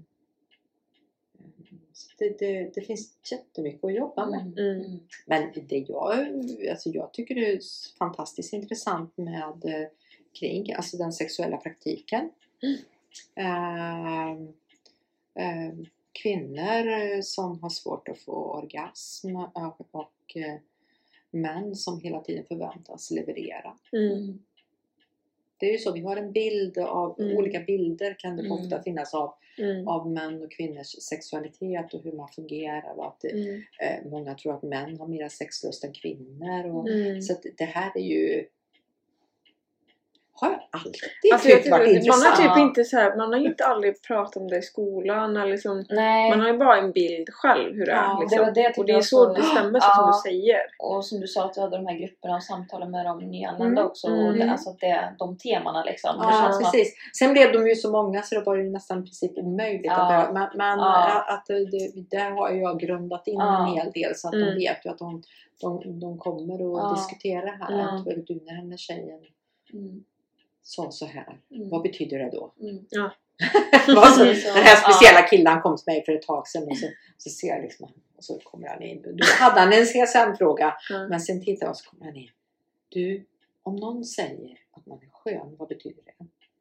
så det, det, det finns jättemycket att jobba med. Mm. Mm. Men det jag, alltså jag tycker det är fantastiskt intressant med eh, kring alltså den sexuella praktiken. Mm. Eh, eh, kvinnor som har svårt att få orgasm och, och eh, män som hela tiden förväntas leverera. Mm. Det är ju så, vi har en bild av, Mm. olika bilder kan det Mm. ofta finnas av, Mm. av män och kvinnors sexualitet och hur man fungerar. Och att det, Mm. eh, många tror att män har mer sexlust än kvinnor. Och, Mm. Så att det här är ju... har alltid Alltså, jag tyckt varit tycker, man intressant. har typ inte så här, man har inte aldrig pratat om det i skolan eller liksom, Nej. man har ju bara en bild själv hur det Ja, är liksom. det var det jag tyckte och det är var så så- det stämmer så Ja. som du säger. Och som du sa att du hade de här grupperna och samtalen med de nyanlända Mm, också. mm. Och det, alltså det, de temana liksom. Det Ja, känns som att- precis. Sen blev de ju så många så det var ju nästan i princip omöjligt. Ja. Att det, men men Ja. att det, där har jag grundat in Ja. en hel del så att Mm. de vet ju att de, de, de kommer att Ja. diskutera här. Mm. Att var du när den här tjejen Mm. sa så här. Mm. Vad betyder det då? Mm. Vad så, Precis så. den här speciella killen han kom till mig för ett tag sedan och så, så ser jag liksom och så kommer han in. Då hade han en C S N-fråga Ja. men sen tittar jag och så kommer han in. Du, om någon säger att man är skön, vad betyder det?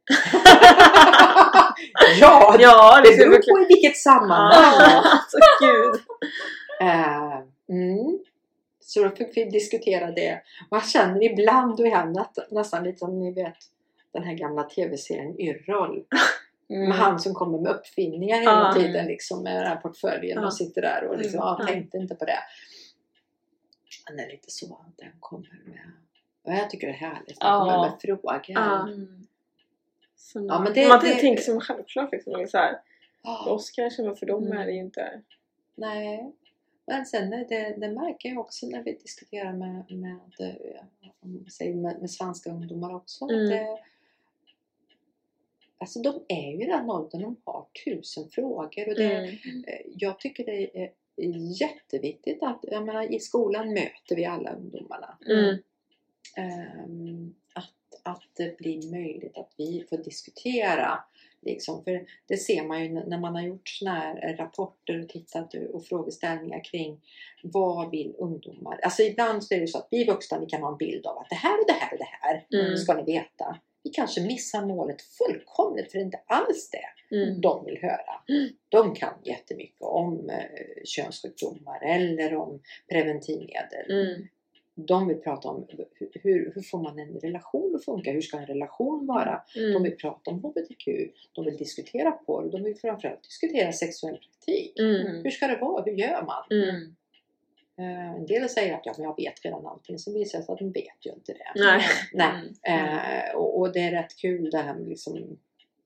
ja, Ja, det det är beror på i vilket sammanhang. Ja, alltså gud. Eh, mm. Så då fick vi diskutera det. Och jag känner ibland och jag nä, nästan lite som ni vet den här gamla tv-serien Yrrol. Mm. Med han som kommer med uppfinningar hela Ja. tiden liksom med den här portföljen Ja. och sitter där och liksom, Mm. ja, tänkte inte på det. Han är lite så att den kommer med. Och jag tycker det är härligt. Den Ja. kommer med frågor. Ja. Mm. Så Ja, men det- man det- tänker som självklart liksom. Eller så här, Oh, oss kanske, men för dem Mm. är det ju inte. nej. Men sen är det, det märker jag också när vi diskuterar med, med, eh, om man säger med, med svenska ungdomar också. Mm. Att det, alltså de är ju i den åldern, de har tusen frågor. Och det, Mm. eh, jag tycker det är jätteviktigt att, jag menar, i skolan möter vi alla ungdomarna. Mm. Ehm, att, att det blir möjligt att vi får diskutera. Liksom, för det ser man ju när man har gjort såna här rapporter och tittat och frågeställningar kring vad vill ungdomar. Alltså ibland så är det så att vi vuxna vi kan ha en bild av att det här och det här och det här Mm. ska ni veta. Vi kanske missar målet fullkomligt för det är inte alls det Mm. de vill höra. De kan jättemycket om eh, könssjukdomar eller om preventivmedel. Mm. De vill prata om hur, hur får man en relation att funka? Hur ska en relation vara? De Mm. vill prata om H B T Q. De vill diskutera på det. De vill framförallt diskutera sexuell praktik. Mm. Hur ska det vara? Hur gör man? Mm. Eh, en del säger att ja, men jag vet redan allting. Så visar det sig att de vet ju inte det. Nej. Nej. Mm. Eh, och, och det är rätt kul det här med liksom...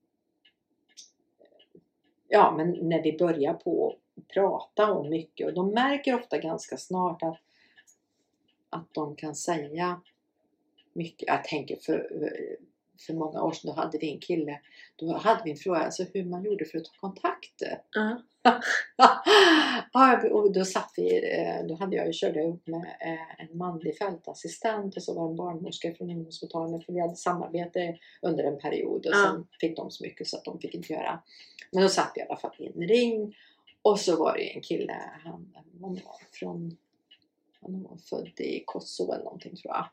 Ja, men när vi börjar på att prata om mycket. Och de märker ofta ganska snart att att de kan säga mycket. Jag tänker för, för många år sedan då hade vi en kille. Då hade vi en fråga alltså hur man gjorde för att ta kontakt. Ja. Ja, och då satt vi, då hade jag ju kört ihop med en manlig fältassistent och så var en barnmorska från ungdomsmottagningen för vi hade samarbete under en period och Ja. sen fick de så mycket så att de fick inte göra. Men då satt vi i alla fall i en ring och så var det en kille, han, han var från han var född i Kosovo eller någonting tror jag.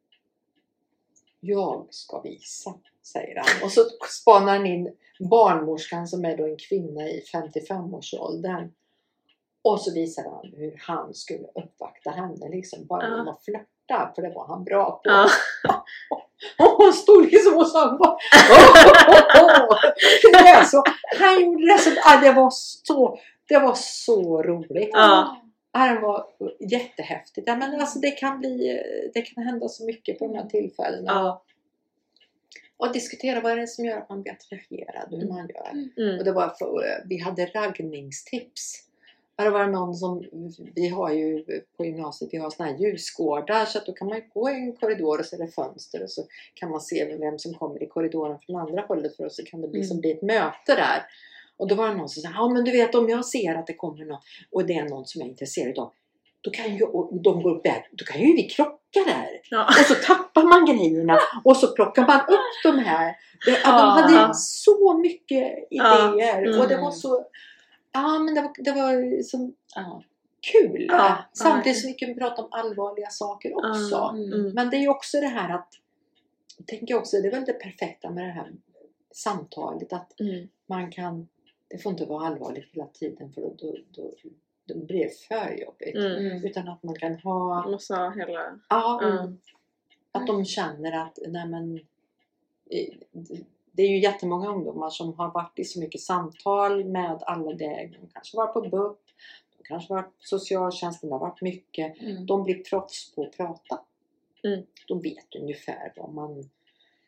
Jag ska visa, säger han. Och så spanar han in barnmorskan som är då en kvinna i femtiofem-årsåldern. Och så visar han hur han skulle uppvakta henne liksom bara Ja. genom att flörta. För det var han bra på. Ja. Och hon stod liksom och sa bara, oh, oh, oh. Det är så, han gjorde det så, ah, det var så, det var så roligt. Ja. Ja, det var jättehäftigt. Ja, men alltså det kan bli, det kan hända så mycket på de här tillfällena. Ja. Och diskutera vad är det som gör att man blir attraherad och hur man gör. Mm. Och det var för, vi hade raggningstips. Och det var någon som, vi har ju på gymnasiet, vi har såna här ljusgårdar. Så att då kan man ju gå i en korridor och så är det fönster. Och så kan man se vem som kommer i korridoren från andra hållet. För så kan det bli, Mm. som bli ett möte där. Och då var det någon som sa, ja men du vet om jag ser att det kommer någon och det är någon som jag är intresserad av. Då kan ju, och de går upp där, då kan ju vi krocka där. Ja. Och så tappar man grejerna och så plockar man upp de här. Det, ja, Ja. de hade så mycket Ja. idéer Mm. och det var så, ja men det var, det var som Ja. kul. Ja. Samtidigt så vi kan prata om allvarliga saker också. Ja. Mm. Mm. Men det är ju också det här att, jag tänker också, det är väl det perfekta med det här samtalet att Mm. man kan, det får inte vara allvarligt hela tiden för då, då, då, då blir det för jobbigt. Mm. Mm. Utan att man kan ha, Man måste ha hela... ja, Mm. att de känner att nej men, eh, det är ju jättemånga ungdomar som har varit i så mycket samtal med alla det. De kanske varit på B U P, de kanske varit på socialtjänsten, det har varit mycket. Mm. De blir proffs på att prata. Mm. De vet ungefär vad man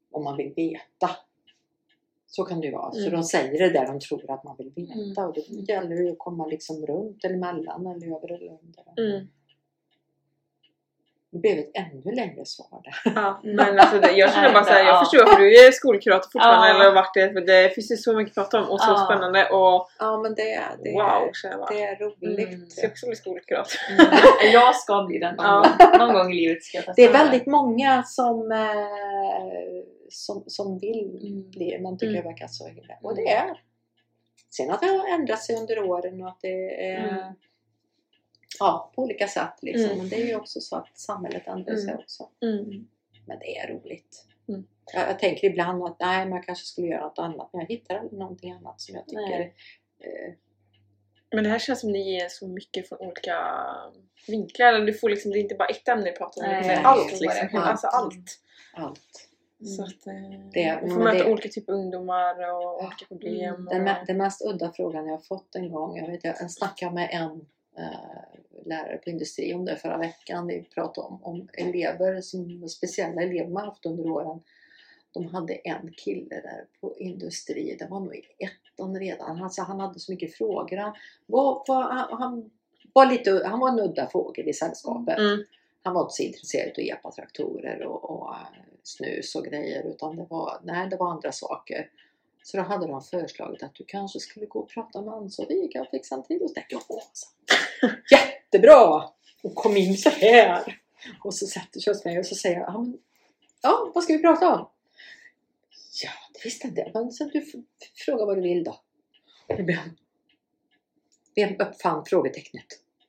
om man vill veta. Så kan det ju vara. Så Mm. de säger det där de tror att man vill veta. Mm. Och då gäller det ju att komma liksom runt eller mellan eller över eller under. Mm. Det blev ett ännu längre svar där. Ja, men alltså det, jag känner bara såhär, jag Ja. förstår varför du är skolkurator fortfarande Ja. eller har varit det, för det finns ju så mycket att prata om och så Ja. spännande och Ja men det, är- det, wow, är, känner jag bara. det är roligt. Mm. Så jag också bli skolkurator. Mm. Jag ska bli den någon, Ja. gång. någon gång i livet. Ska jag testa Det är väldigt många som, eh, som, som vill Mm. bli det. Man tycker Mm. det verkar så himla. Och det är. Sen att det har ändrat sig under åren och att det är Mm. ja, på olika sätt liksom. Mm. Men det är ju också så att samhället ändrar sig Mm. också. Mm. Men det är roligt. Mm. Jag, jag tänker ibland att nej, man kanske skulle göra något annat. Men jag hittar aldrig någonting annat som jag tycker Nej. eh, Men det här känns som det ger så mycket från olika vinklar. Eller du får liksom, det är inte bara ett ämne att prata om, Nej, utan det är nej, allt det är liksom. bara Alltså allt. allt. Så att eh, Det- du får men möta det- olika typer av ungdomar och olika problem. Mm. Den, och, me- den mest udda frågan jag har fått en gång, jag, vet, jag snackade med en eh, lärare på industri om det förra veckan. Vi pratade om, om elever, som speciella elever man haft under åren. De hade en kille där på industri, det var nog i ettan redan. Alltså, han hade så mycket frågor. Han var, var, han, han, var lite, han var en udda fågel i sällskapet. Mm. Han var inte så intresserad av epatraktorer och, och snus och grejer, utan det var, nej, det var andra saker. Så då hade de föreslagit att du kanske skulle gå och prata med Ann så vi kan fixa en tid. Och så tänkte jag, åh, så. Jättebra! Och kom in så här. Och så sätter sig hos mig och så säger jag, ja, men, ja, vad ska vi prata om? Ja, det visste jag inte. Men så du f- fråga vad du vill då. Och vem, vem uppfann frågetecknet?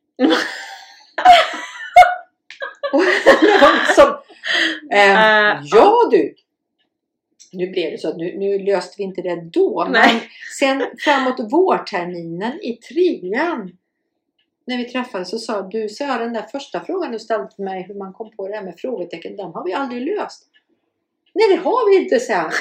Och någon som, ehm, Äh, ja du. Nu blev det så att nu, nu löste vi inte det då. Nej. Men sen framåt vårterminen i trean. När vi träffades så sa du, så jag den där första frågan du ställde till mig. Hur man kom på det här med frågetecken. Den har vi aldrig löst. Nej, det har vi inte, så.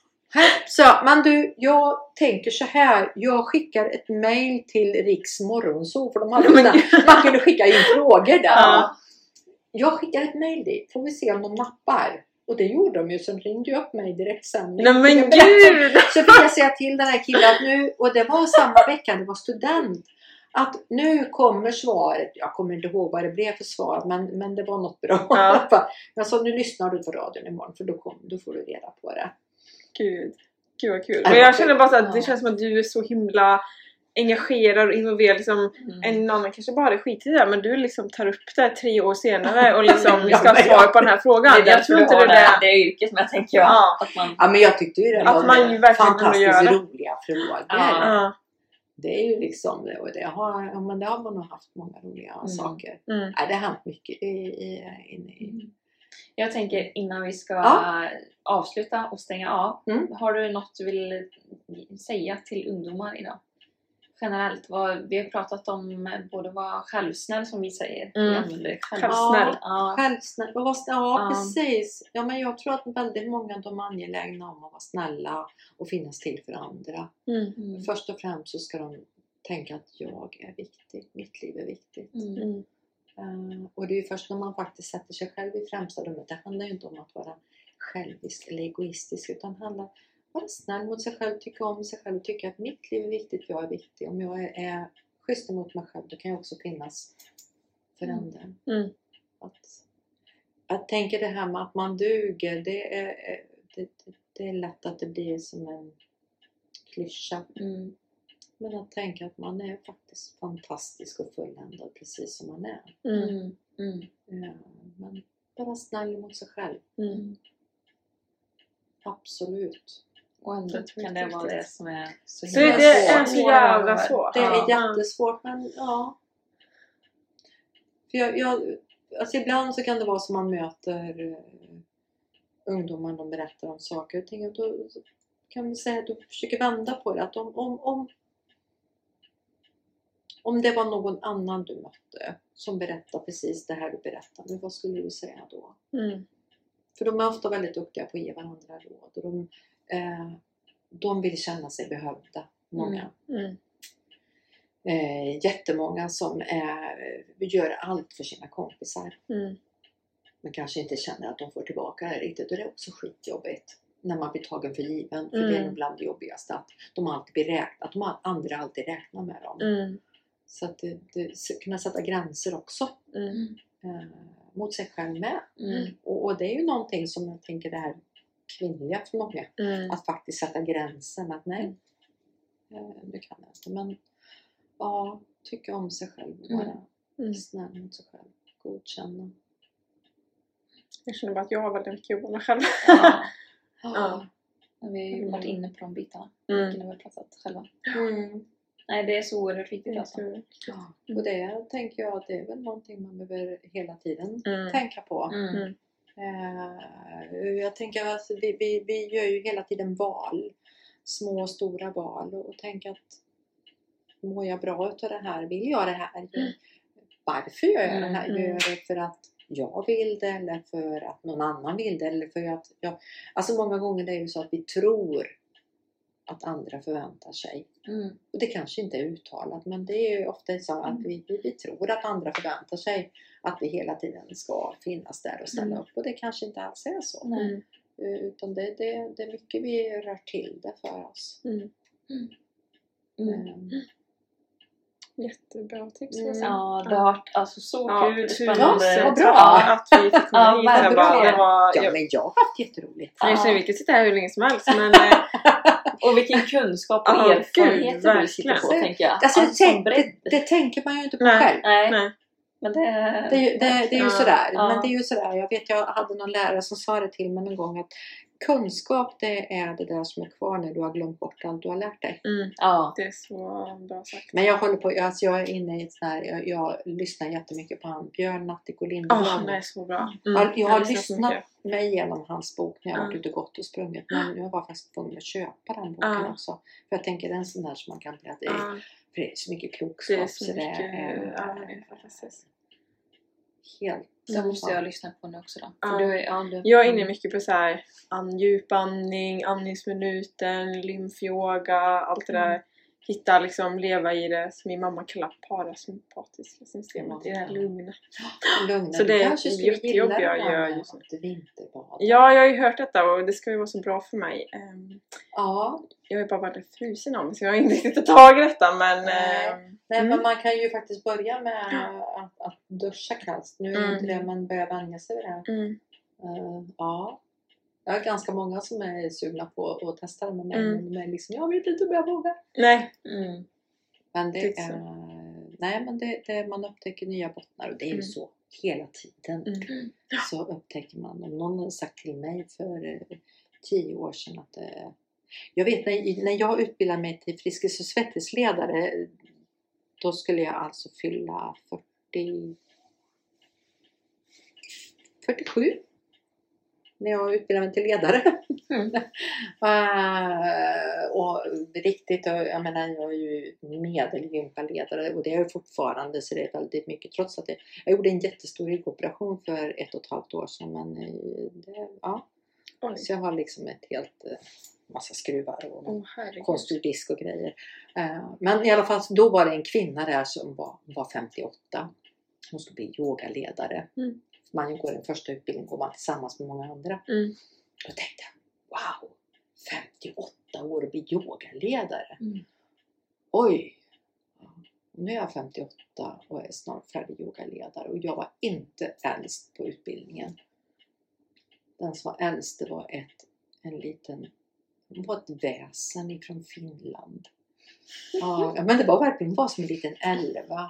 Så, men du, jag tänker så här. Jag skickar ett mejl till Riks morgonsol. För de hade Men där, man kunde skicka in frågor där. Ja. Jag skickar ett mejl dit. Får vi se om de nappar. Och det gjorde de ju. Så ringde jag upp mig direkt sen. Nej men Jag berättade- gud! Så fick jag säga till den här killen att nu. Och det var samma vecka. Det var student. Att nu kommer svaret. Jag kommer inte ihåg vad det blev för svar. Men, men det var något bra. Ja. Jag sa, nu lyssnar du på radion imorgon. För då, kom, då får du reda på det. Gud, gud vad kul. Ja, Men jag känner bara så att det ja. känns som att du är så himla engagerad och involverad. Liksom, Mm. en annan kanske bara hade skit i det, men du liksom tar upp det tre år senare och liksom vi Ja, ska ha men svar jag- på den här frågan. Det är Jag därför tror du inte har det det, är det är yrket med, tänker jag. Ja. Att man, Ja, men jag tyckte ju det Att var man ju verkligen kunde fantastiskt göra det. roliga frågor. Ja. Ja. Det är ju liksom, och det har, ja, men det har man nog haft många roliga Mm. saker. Mm. Ja, det har hänt mycket i, i, in i. jag tänker innan vi ska Ja. avsluta och stänga av. Mm. Har du något du vill säga till ungdomar idag? Generellt, vad, vi har pratat om både vad självsnäll som vi säger. Mm. Vi använder Självsnäll. Ja. Självsnäll, och vara snäll, ja, Ja. precis. Ja, men jag tror att väldigt många de är angelägna om att vara snälla och finnas till för andra. Mm. Mm. Först och främst så ska de tänka att jag är viktig, mitt liv är viktigt. Mm. Mm. Uh, och det är ju först när man faktiskt sätter sig själv i främsta rummet. Det handlar ju inte om att vara självisk eller egoistisk, utan det handlar om att vara snäll mot sig själv, tycka om sig själv, tycka att mitt liv är viktigt, jag är viktig. Om jag är, är schysst mot mig själv, då kan jag också finnas för Mm. andra. Mm. Att, att tänka det här med att man duger, det är, det, det, det är lätt att det blir som en klyscha. Mm. Men att tänka att man är faktiskt fantastisk och fulländad precis som man är. Mm. Mm. Mm. Ja, men bara snäll mot sig själv. Mm. Absolut. Och ändå Jag tror kan det det är vara viktigt. det som är så Så himla det är svårt. så jävla svårt. Det är Ja. jättesvårt, men ja. För jag, jag, alltså ibland så kan det vara som man möter uh, ungdomar, de berättar om saker och ting. Och då kan vi säga att du försöker vända på det. Att om, om, om, om det var någon annan du mötte som berättar precis det här du berättar, men vad skulle du säga då? Mm. För de är ofta väldigt duktiga på att ge varandra råd. Och de, eh, de vill känna sig behövda. Många. Mm. Eh, jättemånga som är, gör allt för sina kompisar. Mm. Men kanske inte känner att de får tillbaka det riktigt. Och det är också skitjobbigt. när man blir tagen för given. För Mm. det är nog bland det jobbigaste att de alltid blir räknat, att de andra alltid räknar med dem. Mm. Så att det, det, så kunna sätta gränser också. Mm. Eh, mot sig själv med. Mm. Och, och det är ju någonting som jag tänker det här kvinnliga för många. Mm. Att faktiskt sätta gränsen. Att nej, eh, det kan jag inte. Men ja, tycka om sig själv. Och vara Mm. snäll mot sig själv. Godkänna. Jag känner bara att jag har väldigt mycket jobb med mig själv. Ja. Ja. Men vi har ju varit inne på de bitarna. Mm. Mycket när vi har pratat själva. Mm. Nej, det är så oerhört viktigt Det är alltså. så- Ja. Och det tänker jag att det är väl någonting man behöver hela tiden Mm. tänka på. Mm. Mm. Eh, jag tänker att vi, vi, vi gör ju hela tiden val. Små och stora val. Och, och tänka att mår jag bra utav det här? Vill jag det här? Mm. Varför gör jag det här? Mm. Gör jag det för att jag vill det? Eller för att någon annan vill det? Eller för att jag... Alltså många gånger är det ju så att vi tror att andra förväntar sig. Mm. Och det kanske inte är uttalat, men det är ju ofta så att vi, vi, vi tror att andra förväntar sig att vi hela tiden ska finnas där och ställa Mm. upp. Och det kanske inte alls är så. Nej. Mm. Eh, Utan det, det, det är mycket vi rör till det för oss. Mm. Mm. Ehm, Jättebra tips. Mm. Ja, det har varit alltså så Ja, kul. tusen Spännande. Ja, vad bra. tack att vi fick komma Ja, hit. här verkligen. bara. Det var, Ja, jag, men jag har haft jätteroligt. jag känner att vi kan sitta här hur länge som helst. Men, eh, Och vilken kunskap och Ja, erfarenheter gud, du sitter på, verkligen. tänker jag. Alltså, Allt som tänk, bredd. det, det tänker man ju inte på Nej. själv. Nej, nej. men det... Det är ju, det, det är ju Ja. sådär. Ja. Men det är ju sådär. Jag vet, jag hade någon lärare som sa det till mig någon gång att kunskap, det är det där som är kvar när du har glömt bort allt du har lärt dig. Mm. Ja. Det är så bra sagt. Men jag håller på, alltså jag är inne i ett sånt här, jag, jag lyssnar jättemycket på han Björn Natthiko Lindelöf. Åh, det är så bra. jag, jag har lyssnar så lyssnat mycket. mig igenom hans bok när jag har Ja. varit ute och gått och sprungit. Men jag var faktiskt tvungen att köpa den boken Ja. också. För jag tänker det är en sån där som man kan bläddra i. Ja, För det är så mycket det klokskap. är så det mycket. är Ja, det är fantastiskt. helt... Det måste jag lyssna på nu också då. Ja. För du, ja, du, Jag är inne mycket på så här an, djupandning, andningsminuten, lymfyoga, allt det där. Hitta liksom, leva i det som min mamma kallar parasympatiska systemet, i det här lugna. Lugna. Så Du det är kanske skulle jättejobb gilla jag det här gör med just nu. att vinterbada. Ja, jag har ju hört detta och det ska ju vara så bra för mig. Ehm, Ja. Jag är bara väldigt frusen om så jag har inte riktigt tagit tag i detta men... Nej. ehm, Nej, Mm. men man kan ju faktiskt börja med att, att duscha kallt. Nu är Mm. inte det, man börjar vänja sig vid det. Mm, Uh, ja. Jag har ganska många som är sugna på att testa det med mig. Mm. Men de är liksom, jag vet inte om jag vågar. nej. Mm. Men det Det är är... så. Nej, men det, det, man upptäcker nya bottnar. Och det är ju Mm. så hela tiden. Mm. Så upptäcker man. Om någon har sagt till mig för eh, tio år sedan att... Eh, jag vet när, när jag utbildade mig till Friskis och Svettisledare. Då skulle jag alltså fylla fyrtio... fyrtiosju. När jag utbildade mig till ledare. Mm. uh, och riktigt, jag menar jag är ju medelgympaledare och det är jag fortfarande, så det är väldigt mycket, trots att det, jag gjorde en jättestor ryggoperation för ett och ett halvt år sedan, men eh, det, ja, Oj. så jag har liksom ett helt eh, massa skruvar och Åh, herregud. konstgjord disk och grejer. Uh, men i alla fall, då var det en kvinna där som var, var femtioåtta. Hon skulle bli yogaledare. Mm. Man går den första utbildningen, går man tillsammans med många andra. Mm. Då tänkte jag, wow, femtioåtta år och bli yogaledare. Mm. Oj, nu är jag femtioåtta och är snart färdig yogaledare. Och jag var inte äldst på utbildningen. Den som var äldst, det var ett, en liten, det var ett väsen ifrån Finland. Ja, men det var verkligen, var som en liten älva.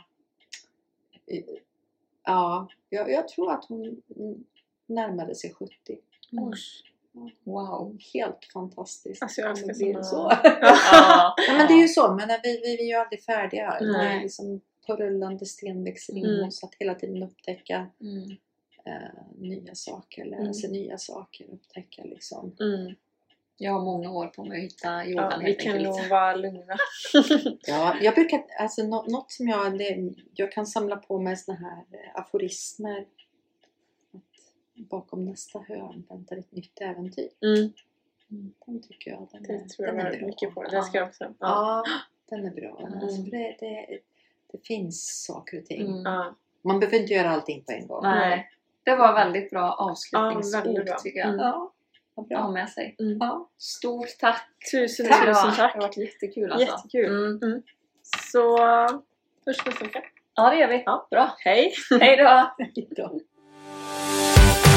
Ja, jag, jag tror att hon närmade sig sjuttio. Mm. Oj. Wow. Helt fantastiskt. Alltså jag älskar Det blir såna- så. Ja. Ja, men det är ju så, men vi, vi, vi är ju aldrig färdiga. Nej. Det är liksom på rullande sten växer in Mm. oss att hela tiden upptäcka Mm. eh, nya saker, lära Mm. sig nya saker, upptäcka liksom. Mm. Jag har många år på mig att hitta yogan Ja, vi helt kan enkelt. nog vara lugna. Ja, jag brukar, alltså nå- något som jag, det, jag kan samla på mig såna här eh, aforismer. Att bakom nästa hörn väntar ett nytt äventyr. Mm. Den tycker jag, den Det är, tror jag den är väldigt bra. mycket på. Det ska jag också. Ja. Ja, den är bra. Mm. Alltså, för det, det, det finns saker och ting. Mm. Ja. Man behöver inte göra allting på en gång. Nej. Det var väldigt bra Ja, avslutningsord väldigt bra. tycker jag. Mm. Ja. Vad bra att ha med sig. Mm. Ja. Stort tack! Tusen, Tack. tusen Det tack! har varit jättekul alltså. Jättekul! Mm. Mm. Så, hörs nästa vecka. Ja, det gör vi. Ja. Bra. Hej! Hej då! Hej då.